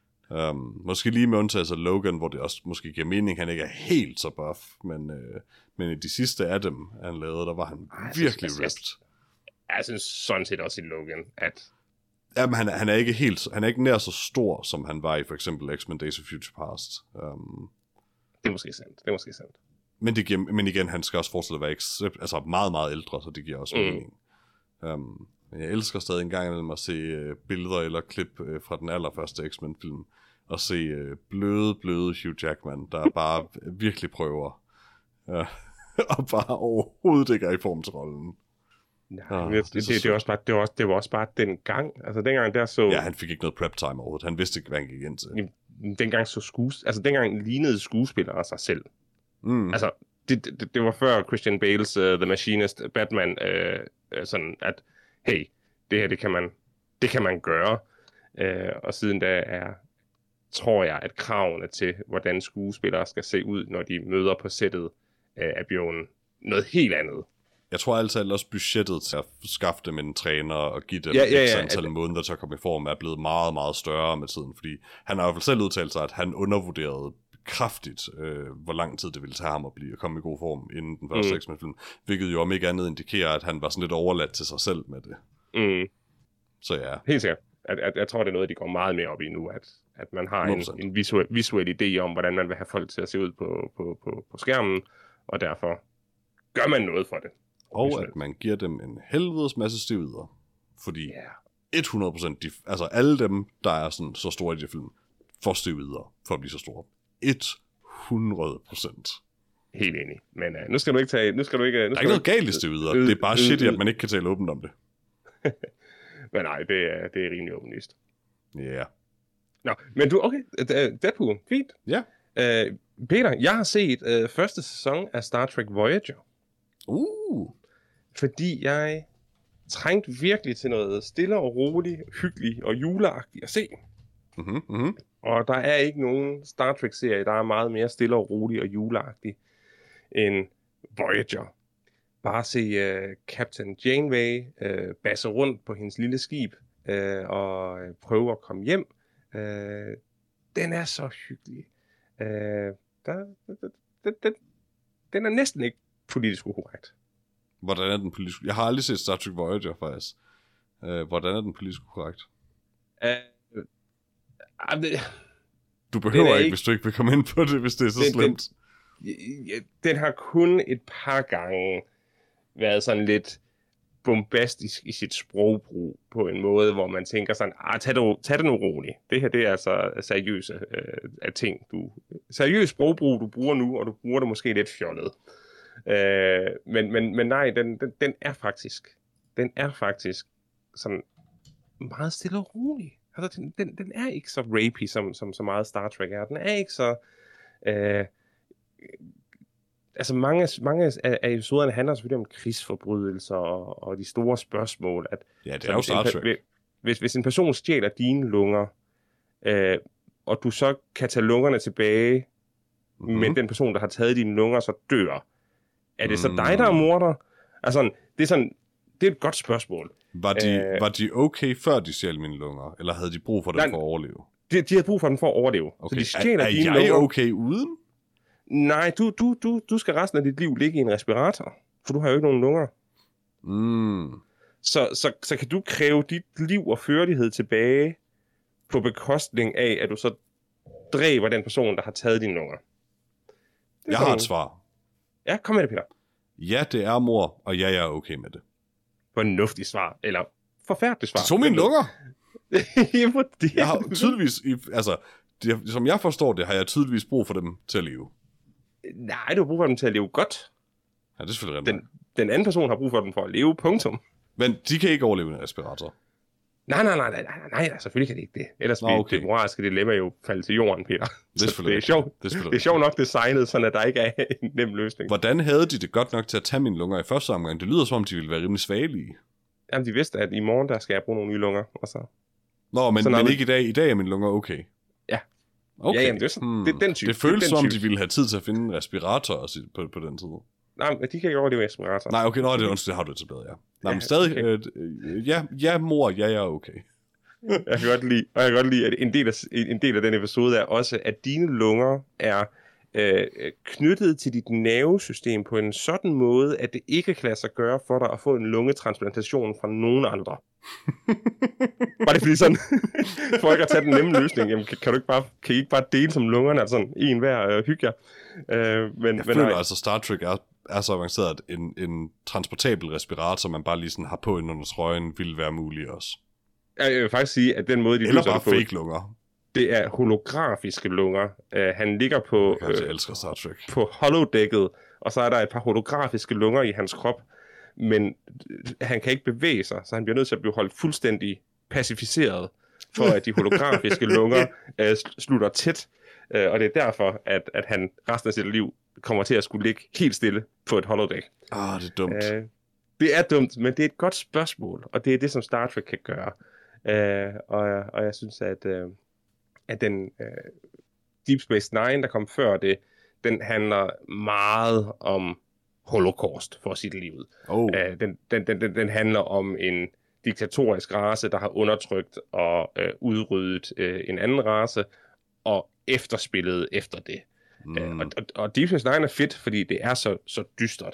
Um, måske lige med undtagelse af Logan, hvor det også måske giver mening, han ikke er helt så buff, men, øh, men i de sidste af dem, han lavede, der var han Ej, virkelig synes, ripped. Jeg, jeg synes sådan set også i Logan, at... Jamen, han, han er ikke helt, han er ikke nær så stor, som han var i for eksempel X-Men Days of Future Past. Um, det er måske sandt, det er måske sandt. Men, det giver, men igen, han skal også fortsætte at være eksept, altså meget, meget ældre, så det giver også mm. mening. Um, men jeg elsker stadig en gang imellem at se uh, billeder eller klip uh, fra den allerførste X-Men-film, og se uh, bløde, bløde Hugh Jackman, der bare virkelig prøver, uh, og bare overhovedet ikke er i form til rollen. Nej, uh, det, det, det, det, var også bare, det, var også, det var også bare den gang, altså dengang der så... Ja, han fik ikke noget prep time overhovedet, han vidste ikke, hvad han gik ind til. Dengang så skues... altså dengang lignede skuespillere sig selv. Mm. Altså, det, det, det var før Christian Bales uh, The Machinist, Batman, uh, uh, sådan at, hey, det her, det kan man, det kan man gøre. Uh, og siden da er, tror jeg, at kravene til, hvordan skuespillere skal se ud, når de møder på sættet, uh, er blevet noget helt andet. Jeg tror altid også budgettet til at skaffe dem en træner og give dem ja, ja, ja, et antal ja, måneder til at komme i form er blevet meget, meget større med tiden, fordi han har i hvert fald selv udtalt sig, at han undervurderede kraftigt, øh, hvor lang tid det ville tage ham at blive at komme i god form inden den første mm. X-Men-film, hvilket jo om ikke andet indikerer, at han var sådan lidt overladt til sig selv med det. Mm. Så ja. Helt sikkert. At, at, jeg tror, det er noget, de går meget mere op i nu, at, at man har en, en visuel, visuel idé om, hvordan man vil have folk til at se ud på, på, på, på skærmen, og derfor gør man noget for det. Og visuelt. At man giver dem en helvedes masse stivider, fordi yeah. hundrede procent, de, altså alle dem, der er sådan så store i de film, får stivider for at blive så store. hundrede procent. Helt enig. Men uh, nu skal du ikke tage... Nu skal du ikke, nu der er ikke noget galt i stivider. Det er bare shitty, at man ikke kan tale åbent om det. Men nej, det er, det er rimelig åbenlyst. Ja. Yeah. Nå, men du... Okay, Deadpool. Fint. Ja. Yeah. Uh, Peter, jeg har set uh, første sæson af Star Trek Voyager. Uh. Fordi jeg trængte virkelig til noget stille og roligt, hyggeligt og juleagtigt at se. Mhm, mhm. Og der er ikke nogen Star Trek-serie, der er meget mere stille og rolig og juleagtig end Voyager. Bare se uh, Captain Janeway uh, basse rundt på hendes lille skib uh, og uh, prøve at komme hjem. Uh, den er så hyggelig. Uh, der, den, den, den er næsten ikke politisk ukorrekt. Hvordan er den politisk? Jeg har aldrig set Star Trek Voyager, faktisk. Uh, hvordan er den politisk korrekt? Uh, uh, det, du behøver ikke, ikke, hvis du ikke vil komme ind på det, hvis det er så den, slemt. Den, den har kun et par gange været sådan lidt bombastisk i sit sprogbrug på en måde, hvor man tænker sådan, ah, tag det, tag det nu roligt. Det her, det er altså seriøse øh, af ting. Du, seriøs sprogbrug, du bruger nu, og du bruger det måske lidt fjollet. Øh, men, men, men nej, den, den, den er faktisk, den er faktisk sådan meget stille og rolig. Altså, den, den, den er ikke så rapey, som, som så meget Star Trek er. Den er ikke så... Øh, altså, mange, mange af, af episoderne handler selvfølgelig om krigsforbrydelser og, og de store spørgsmål. At, ja, det er jo Star Trek. Hvis, hvis en person stjæler dine lunger, øh, og du så kan tage lungerne tilbage, mm-hmm. men den person, der har taget dine lunger, så dør, er det så dig, der er morder? Altså, det er sådan, det er et godt spørgsmål. Var de, øh, var de okay, før de stjal mine lunger? Eller havde de brug for dem nej, for at overleve? De, de havde brug for dem for at overleve. Okay. Så de stjæler er, er dine jeg lunger. Okay uden? Nej, du, du, du, du skal resten af dit liv ligge i en respirator. For du har jo ikke nogen lunger. Mm. Så, så, så kan du kræve dit liv og førlighed tilbage på bekostning af, at du så dræber den person, der har taget dine lunger. Jeg har et svar. Ja, kom med det, Peter. Ja, det er mor, og ja, jeg er okay med det. Fornuftigt svar, eller forfærdeligt svar. Så mine lunger? Jamen, det jeg har tydeligvis, i, altså, det, som jeg forstår det, har jeg tydeligvis brug for dem til at leve. Nej, du har brug for dem til at leve godt. Ja, det er selvfølgelig den, den anden person har brug for dem for at leve, punktum. Men de kan ikke overleve en respirator. Nej, nej, nej, nej, nej, nej, selvfølgelig kan det ikke det. Ellers vil okay. det moralske dilemma jo falde til jorden, Peter. Det er, det er sjovt. Det er, det er sjovt nok designet, sådan at der ikke er en nem løsning. Hvordan havde de det godt nok til at tage mine lunger i første omgang? Det lyder som om, de ville være rimelig svagelige. Jamen, de vidste, at i morgen, der skal jeg bruge nogle nye lunger. Og så... Nå, men, så men vi... ikke i dag. I dag er mine lunger okay. Ja. Okay. Ja, jamen, det er, sådan, hmm. det er den type. Det føles som om, type. de ville have tid til at finde en respirator på, på den tid. Nej, men de kan ikke overleve respirator. Nej, okay, nå, det, det har du etableret, ja. Nej, ja, men stadig, okay. øh, ja, ja, mor, ja, jeg er okay. jeg kan godt lide, og jeg kan godt lide, at en del af, en del af den episode er også, at dine lunger er øh, knyttet til dit nervesystem på en sådan måde, at det ikke kan lade sig gøre for dig at få en lungetransplantation fra nogen andre. Var det fordi sådan, for ikke at tage den nemme løsning, jamen, kan, kan du ikke bare, kan I ikke bare dele som lungerne, altså en hver øh, hygge jer? Øh, men, jeg men føler nej. altså, Star Trek er, er så avanceret, at en, en transportabel respirator, man bare lige sådan har på ind under trøjen, ville være mulig også. Jeg vil faktisk sige, at den måde, de Eller bare på, fake lunger. Det er holografiske lunger. Uh, han ligger på, jeg øh, elsker Star Trek. på holodækket, og så er der et par holografiske lunger i hans krop, men han kan ikke bevæge sig, så han bliver nødt til at blive holdt fuldstændig pacificeret, for at de holografiske lunger uh, slutter tæt, uh, og det er derfor, at, at han resten af sit liv kommer til at skulle ligge helt stille på et holodæk. Ah, det er dumt. Uh, det er dumt, men det er et godt spørgsmål, og det er det, som Star Trek kan gøre. Uh, og, og jeg synes, at, uh, at den uh, Deep Space Nine, der kom før det, den handler meget om Holocaust, for at sige det lige ud. Oh. Uh, den, den, den, den handler om en diktatorisk race, der har undertrykt og uh, udryddet uh, en anden race, og efterspillet efter det. Mm. Uh, og, og, og Deep Space Nine er fedt, fordi det er så, så dystert.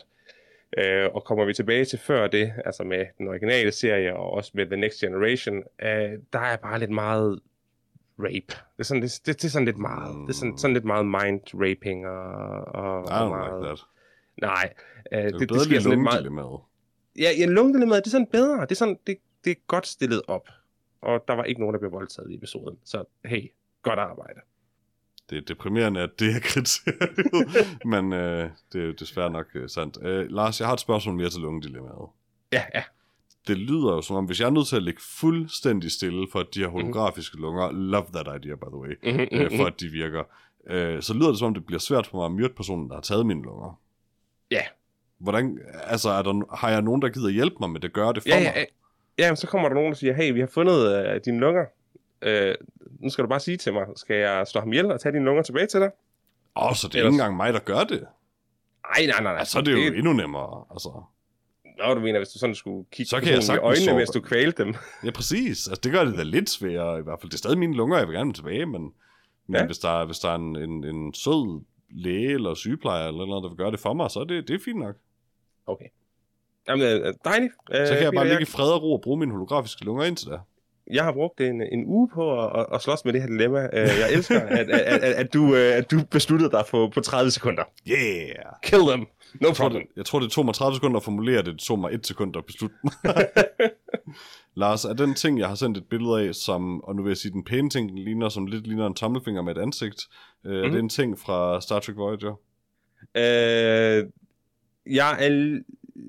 Uh, og kommer vi tilbage til før det, altså med den originale serie, og også med The Next Generation, uh, der er bare lidt meget rape. Det er sådan, det, det, det er sådan lidt meget. Mm. Det er sådan, sådan lidt meget mind-raping og, og, I don't og meget... like that. Nej. Uh, det, det, det, det sker sådan lidt meget... Med. Ja, ja lungedilemmaet, det er sådan bedre. Det er, sådan, det, det er godt stillet op. Og der var ikke nogen, der blev voldtaget i episoden. Så hey, godt arbejde. Det er deprimerende, at det er kriteriet, men øh, det er jo desværre nok øh, sandt. Øh, Lars, jeg har et spørgsmål mere til lungedilemmaet. Ja, ja. Det lyder jo som om, hvis jeg er nødt til at ligge fuldstændig stille for, at de her holografiske lunger, love that idea, by the way, mm-hmm, øh, for at de virker, øh, så lyder det som om, det bliver svært for mig at myrde personen, der har taget mine lunger. Ja. Hvordan, altså, er der, har jeg nogen, der gider hjælpe mig med det, gør det for ja, mig? Ja, ja, så kommer der nogen, der siger, hey, vi har fundet uh, dine lunger. Uh, nu skal du bare sige til mig, skal jeg slå ham ihjel og tage dine lunger tilbage til dig? Åh, oh, så det er Ellers... ikke engang mig, der gør det? Nej, nej, nej. nej. Altså, så er det jo det... endnu nemmere, altså. Nå, du mener, hvis du sådan skulle kigge så på i øjnene, mens du kvælte dem. Ja, præcis. Altså, det gør det da lidt sværere, i hvert fald. Det er stadig mine lunger, jeg vil gerne tilbage, men, men ja. hvis, der, hvis der er en, en, en sød læge eller sygeplejer eller noget, der vil gøre det for mig, så er det, det er fint nok. Okay. Jamen, dejligt. Så kan uh, jeg bare ligge i fred og ro og bruge mine holografiske lunger indtil da. Jeg har brugt en, en uge på at, at, at slås med det her dilemma. Uh, jeg elsker, at, at, at, at, du, uh, at du besluttede dig for, på tredive sekunder. Yeah! Kill them! No jeg problem. Tror, det, jeg tror, det tog mig tredive sekunder at formulere det. Det tog mig et sekund at beslutte mig. Lars, er den ting, jeg har sendt et billede af, som, og nu vil jeg sige, den pæne ting, den ligner, som lidt ligner en tommelfinger med et ansigt. Uh, mm-hmm. Er det en ting fra Star Trek Voyager? Uh, jeg er... L-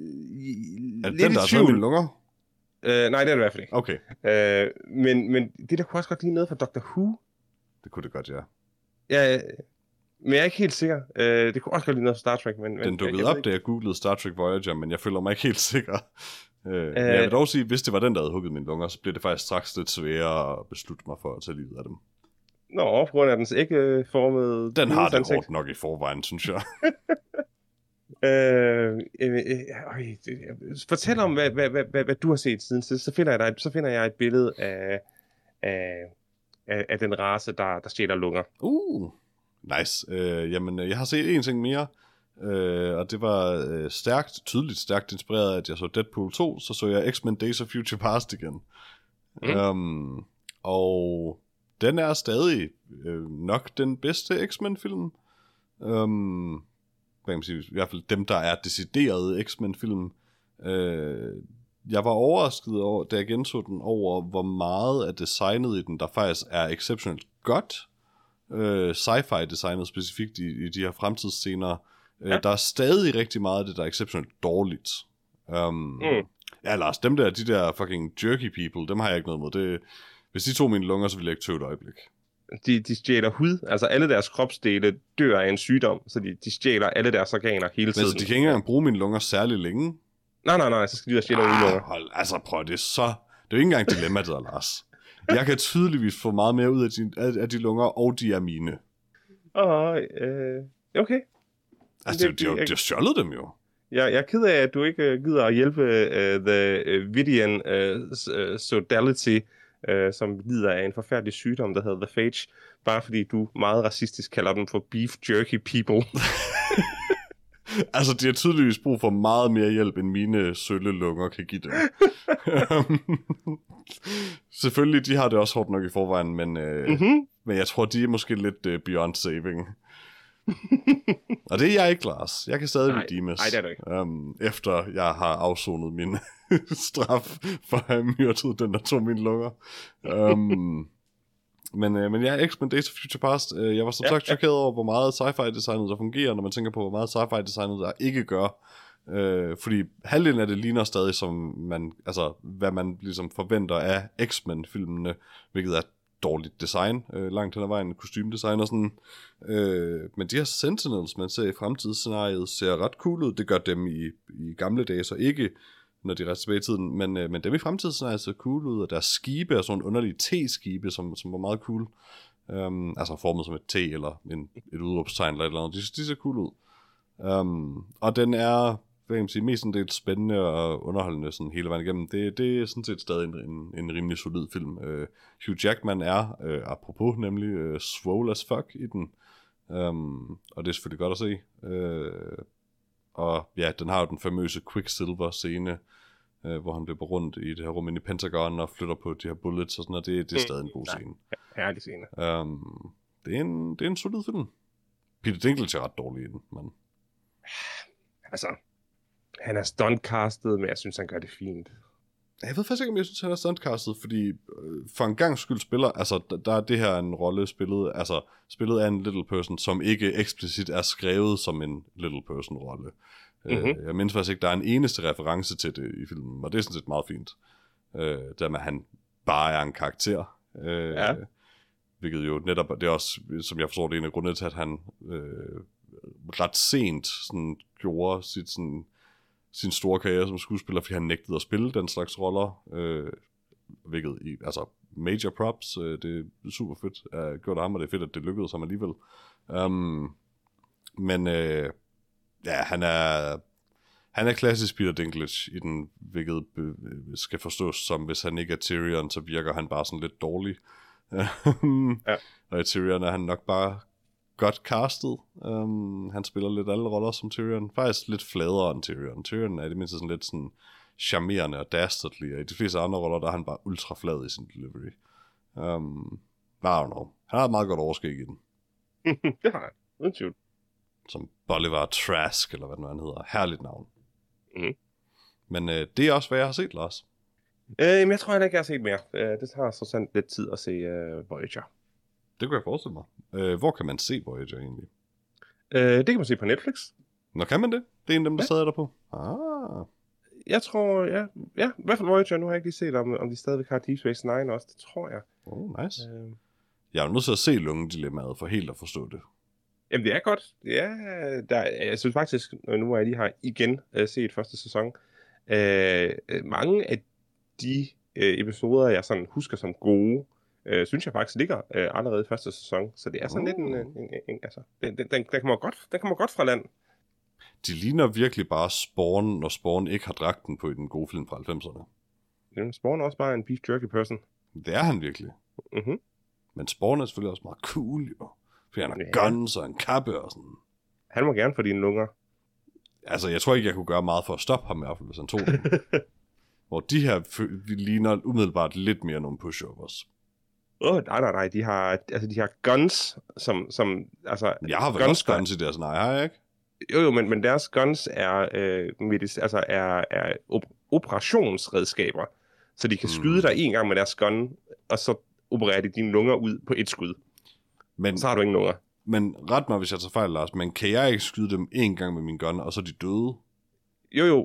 er det den, der har taget mine lunger? Uh, nej, det er det i hvert fald ikke. Okay. Uh, men, men det der kunne også godt lige noget fra Doctor Who. Det kunne det godt, ja. Ja, men jeg er ikke helt sikker. Uh, det kunne også godt lige noget fra Star Trek. Men, den dukkede jeg, jeg op, da jeg googlede Star Trek Voyager, men jeg føler mig ikke helt sikker. Uh, uh, men jeg vil dog sige, hvis det var den, der havde hugget mine lunger, så bliver det faktisk straks lidt sværere at beslutte mig for at tage livet af dem. Nå, på grund af dens ikke formede... Den har det hårdt nok i forvejen, synes jeg. Øh, øh, øh, øh, fortæl om hvad, hvad, hvad, hvad, hvad du har set siden så, så finder jeg dig, så finder jeg et billede af, af, af, af den race der, der stjæler lunger. Uh, nice. øh, Jamen jeg har set en ting mere, øh, og det var øh, stærkt, tydeligt stærkt inspireret af, at jeg så Deadpool to. Så så jeg X-Men Days of Future Past igen. mm. um, Og den er stadig øh, nok den bedste X-Men film. um, Hvad kan man sige, i hvert fald dem, der er deciderede X-Men-film. Øh, jeg var overrasket over, da jeg genså den, over, hvor meget af designet i den, der faktisk er exceptionelt godt. Øh, sci-fi designet specifikt i, i de her fremtidsscener. Øh, ja. Der er stadig rigtig meget af det, der er exceptionelt dårligt. Um, mm. Ja, Lars, dem der, de der fucking jerky people, dem har jeg ikke noget mod. Det, hvis de tog mine lunger, så ville jeg ikke tøve et øjeblik. De, de stjæler hud, altså alle deres kropsdele dør af en sygdom, så de, de stjæler alle deres organer hele tiden. Men altså, de kan ikke engang bruge mine lunger særlig længe. Nej, nej, nej, så skal de da stjæle ah, lunger. Hold, altså prøv, det er så... Det er jo ikke engang dilemma, det der, Lars. Jeg kan tydeligvis få meget mere ud af de, af, af de lunger, og de er mine. Åh, øh, okay. Altså, det, de, de, de, de har stjålet dem jo. Jeg, jeg er ked af, at du ikke uh, gider at hjælpe uh, The uh, Vidian uh, Sodality, uh, som lider af en forfærdelig sygdom, der hedder The Phage, bare fordi du meget racistisk kalder dem for beef jerky people. Altså, de har tydeligvis brug for meget mere hjælp, end mine sølle lunger kan give dem. Selvfølgelig, de har det også hårdt nok i forvejen, men, øh, mm-hmm. men jeg tror, de er måske lidt uh, beyond saving. Og det er jeg ikke, Lars. Jeg kan stadig blive Dimas. Nej, det er du ikke. Um, efter jeg har afsonet min straf for at have myrdet den, der tog mine lunger. Um, men, uh, men ja, X-Men Days of Future Past. Uh, jeg var som ja, sagt chokeret ja. over, hvor meget sci-fi designet der fungerer, når man tænker på, hvor meget sci-fi designet der ikke gør. Uh, fordi halvdelen af det ligner stadig som man, altså, hvad man ligesom forventer af X-Men-filmene, hvilket er dårligt design, øh, langt hen ad vejen, kostymedesign og sådan. Øh, men de her Sentinels, man ser i fremtidsscenariet, ser ret cool ud. Det gør dem i, i gamle dage, så ikke, når de rejser tilbage i tiden. Men, øh, men dem i fremtidsscenariet ser cool ud, og deres skibe er sådan underlige T-skibe, som, som var meget cool. Um, altså formet som et T, eller en, et udråbstegn, eller et eller andet. De, de ser cool ud. Um, og den er, hvad kan man sige, mest en del spændende og underholdende sådan hele vejen igennem. Det, det er sådan set stadig en, en, en rimelig solid film. Uh, Hugh Jackman er, uh, apropos nemlig, uh, swole as fuck i den. Um, og det er selvfølgelig godt at se. Uh, og ja, den har jo den famøse Quicksilver-scene, uh, hvor han løber rundt i det her rum inde i Pentagon og flytter på de her bullets og sådan, og det, det er stadig en god scene. Ja, herlig scene. Um, det, er en, det er en solid film. Peter Dinklage er ret dårlig i den, men... Altså... Han er stuntcastet, men jeg synes, han gør det fint. Jeg ved faktisk ikke, om jeg synes, han er stuntcastet, fordi øh, for en gang skyld spiller, altså der, der er det her en rolle spillet, altså spillet af en little person, som ikke eksplicit er skrevet som en little person rolle. Mm-hmm. Øh, jeg mindes faktisk ikke, der er en eneste reference til det i filmen, og det er sådan set meget fint. Øh, der med, at han bare er en karakter. Øh, ja. Hvilket jo netop, det er også, som jeg forstår, det er en af grundene til, at han øh, ret sent sådan, gjorde sit sådan sin store karriere som skuespiller, fordi han nægtede at spille den slags roller, øh, hvilket i, altså major props, øh, det er super fedt at gøre det ham, og det er fedt, at det lykkedes ham alligevel. Um, men øh, ja, han er han er klassisk Peter Dinklage i den, hvilket be, skal forstås som, hvis han ikke er Tyrion, så virker han bare sådan lidt dårlig. Ja. Og i Tyrion er han nok bare godt castet. Um, han spiller lidt alle roller som Tyrion. Faktisk lidt fladere end Tyrion. Tyrion er i det mindste sådan lidt sådan charmerende og dastardly, og i de fleste andre roller, der er han bare ultra flad i sin delivery. Um, I don't know. Han har et meget godt overskæg i den. Det har han. Uden tvivl. Som Bolivar Trask, eller hvad nu han hedder. Herligt navn. Mm. Men øh, det er også, hvad jeg har set, Lars. Øh, men jeg tror heller ikke, jeg har set mere. Øh, det tager så sandt lidt tid at se øh, Voyager. Det kunne jeg forestille mig. Øh, hvor kan man se Voyager egentlig? Øh, det kan man se på Netflix. Nå, kan man det? Det er en af dem, der ja. stadig der på. Ah. Jeg tror, ja. Ja, i hvert fald Voyager. Nu har jeg ikke lige set, om, om de stadigvæk har Deep Space Nine også. Det tror jeg. Oh, nice. Øh. Jeg er jo nødt til at se Lungedilemmaet for helt at forstå det. Jamen, det er godt. Ja, der, jeg synes faktisk, nu har jeg lige har igen uh, set første sæson, uh, mange af de uh, episoder, jeg sådan husker som gode, uh, synes jeg faktisk ligger uh, allerede i første sæson. Så det er sådan oh. lidt en... en, en, en altså, den, den, den, kommer godt, den kommer godt fra land. De ligner virkelig bare Spawn, når Spawn ikke har dragten på i den gode film fra halvfemserne. Jamen, Spawn er også bare en beef jerky person. Det er han virkelig. Mhm. Men Spawn er selvfølgelig også meget cool, jo. Fordi han har ja. guns og en kappe og sådan. Han må gerne få dine lunger. Altså, jeg tror ikke, jeg kunne gøre meget for at stoppe ham i hvert fald, hvis han tog dem. Hvor de her vi ligner umiddelbart lidt mere nogle pushovers. Åh, oh, nej, nej, nej. De har, altså, de har guns, som... som altså, jeg har vel guns, også guns i deres, nej, har jeg ikke? Jo, jo, men, men deres guns er, øh, medis, altså er, er op- operationsredskaber. Så de kan skyde hmm. dig en gang med deres gun, og så opererer de dine lunger ud på et skud. Men, så har du ingen lunger. Men ret mig, hvis jeg tager fejl, Lars, men kan jeg ikke skyde dem en gang med min gun, og så er de døde? Jo, jo.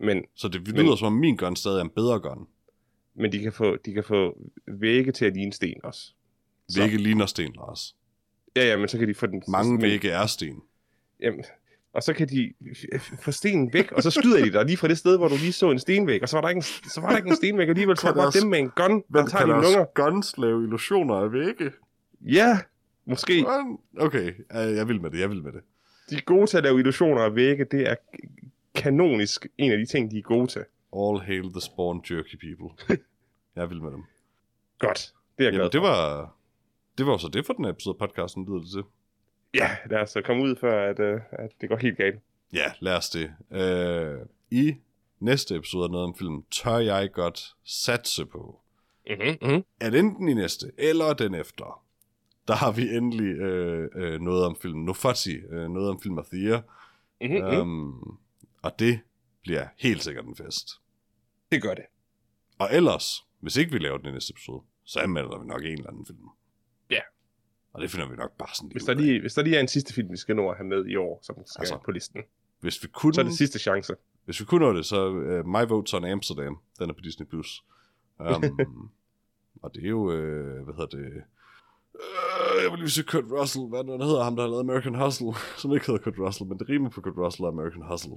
Men, så det lyder men, som om min gun stadig er en bedre gun. Men de kan få, de kan få vægge til at ligne sten også. Vægge ligner sten, Lars. Ja, ja, men så kan de få den... Mange men, vægge er sten. Jamen, og så kan de få stenen væk, og så skyder de dig lige fra det sted, hvor du lige så en stenvæg, og så var der ikke en, så var der ikke en stenvæg alligevel, så var det bare dem med en gun, der tager dine lunger. Kan guns lave illusioner af vægge? Ja, måske. Okay, jeg vil med det, jeg vil med det. De er gode til at lave illusioner af vægge, det er kanonisk en af de ting, de er gode til. All hail the spawn jerky people. Jeg vil med dem. Godt, det er jeg glad Jamen, det var, det var så det for den episode af podcasten, lyder det til. Ja, lad os så komme ud, før at, uh, at det går helt galt. Ja, lad os det. Uh, I næste episode af Noget om Film, tør jeg godt satse på, mm-hmm, mm-hmm. at enten i næste, eller den efter, der har vi endelig uh, uh, Noget om Film. Nofati, uh, Noget om Film of the Year. Mm-hmm. Um, og det bliver helt sikkert en fest. Det gør det. Og ellers, hvis ikke vi laver den i næste episode, så anmelder vi nok en eller anden film. Ja. Og det finder vi nok bare sådan lidt hvis der, lige, hvis der lige er en sidste film, vi skal nå at have med i år, som skal altså, på listen, hvis vi kunne, så er det sidste chance. Hvis vi kunne nå det, så uh, My Vote's on Amsterdam, den er på Disney plus. Um, og det er jo, uh, hvad hedder det, uh, jeg vil lige sige Kurt Russell, hvad den hedder, ham der har lavet American Hustle, som ikke hedder Kurt Russell, men det rimer på Kurt Russell og American Hustle.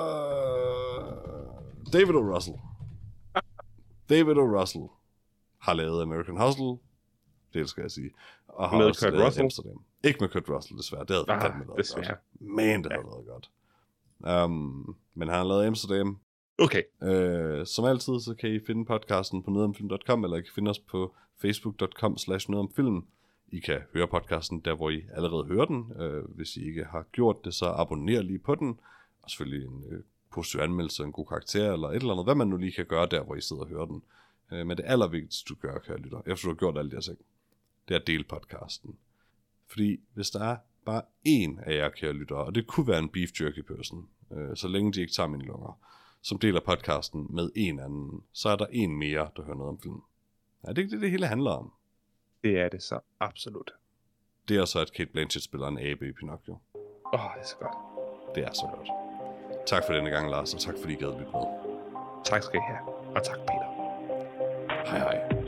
Uh, David O. Russell. David O. Russell har lavet American Hustle, det skal jeg sige. Og har med også Kurt lavet Russell? Amsterdam. Ikke med Kurt Russell, desværre. Det havde ah, fandme været desværre. godt. Men det havde ja. været godt. Um, men han har lavet Amsterdam. Okay. Uh, som altid, så kan I finde podcasten på nogetomfilm punktum com, eller I kan finde os på facebook punktum com slash nogetomfilm. I kan høre podcasten der, hvor I allerede hører den. Uh, hvis I ikke har gjort det, så abonner lige på den. Og selvfølgelig en uh, positiv anmeldelse, en god karakter, eller et eller andet. Hvad man nu lige kan gøre der, hvor I sidder og hører den. Uh, men det allervigtigste, du gør, kære lytter, efter du har gjort alle de her ting, det er at dele podcasten. Fordi hvis der er bare én af jer, kære lyttere, og det kunne være en beef jerky person, øh, så længe de ikke tager mine lunger, som deler podcasten med en anden, så er der en mere, der hører noget om film. Er det ikke det, det hele handler om? Det er det så absolut. Det er så, at Cate Blanchett spiller en abe i Pinocchio. Åh, oh, det er så godt. Det er så godt. Tak for denne gang, Lars, og tak fordi I gad lytte med. Tak skal I have, og tak Peter. Hej hej.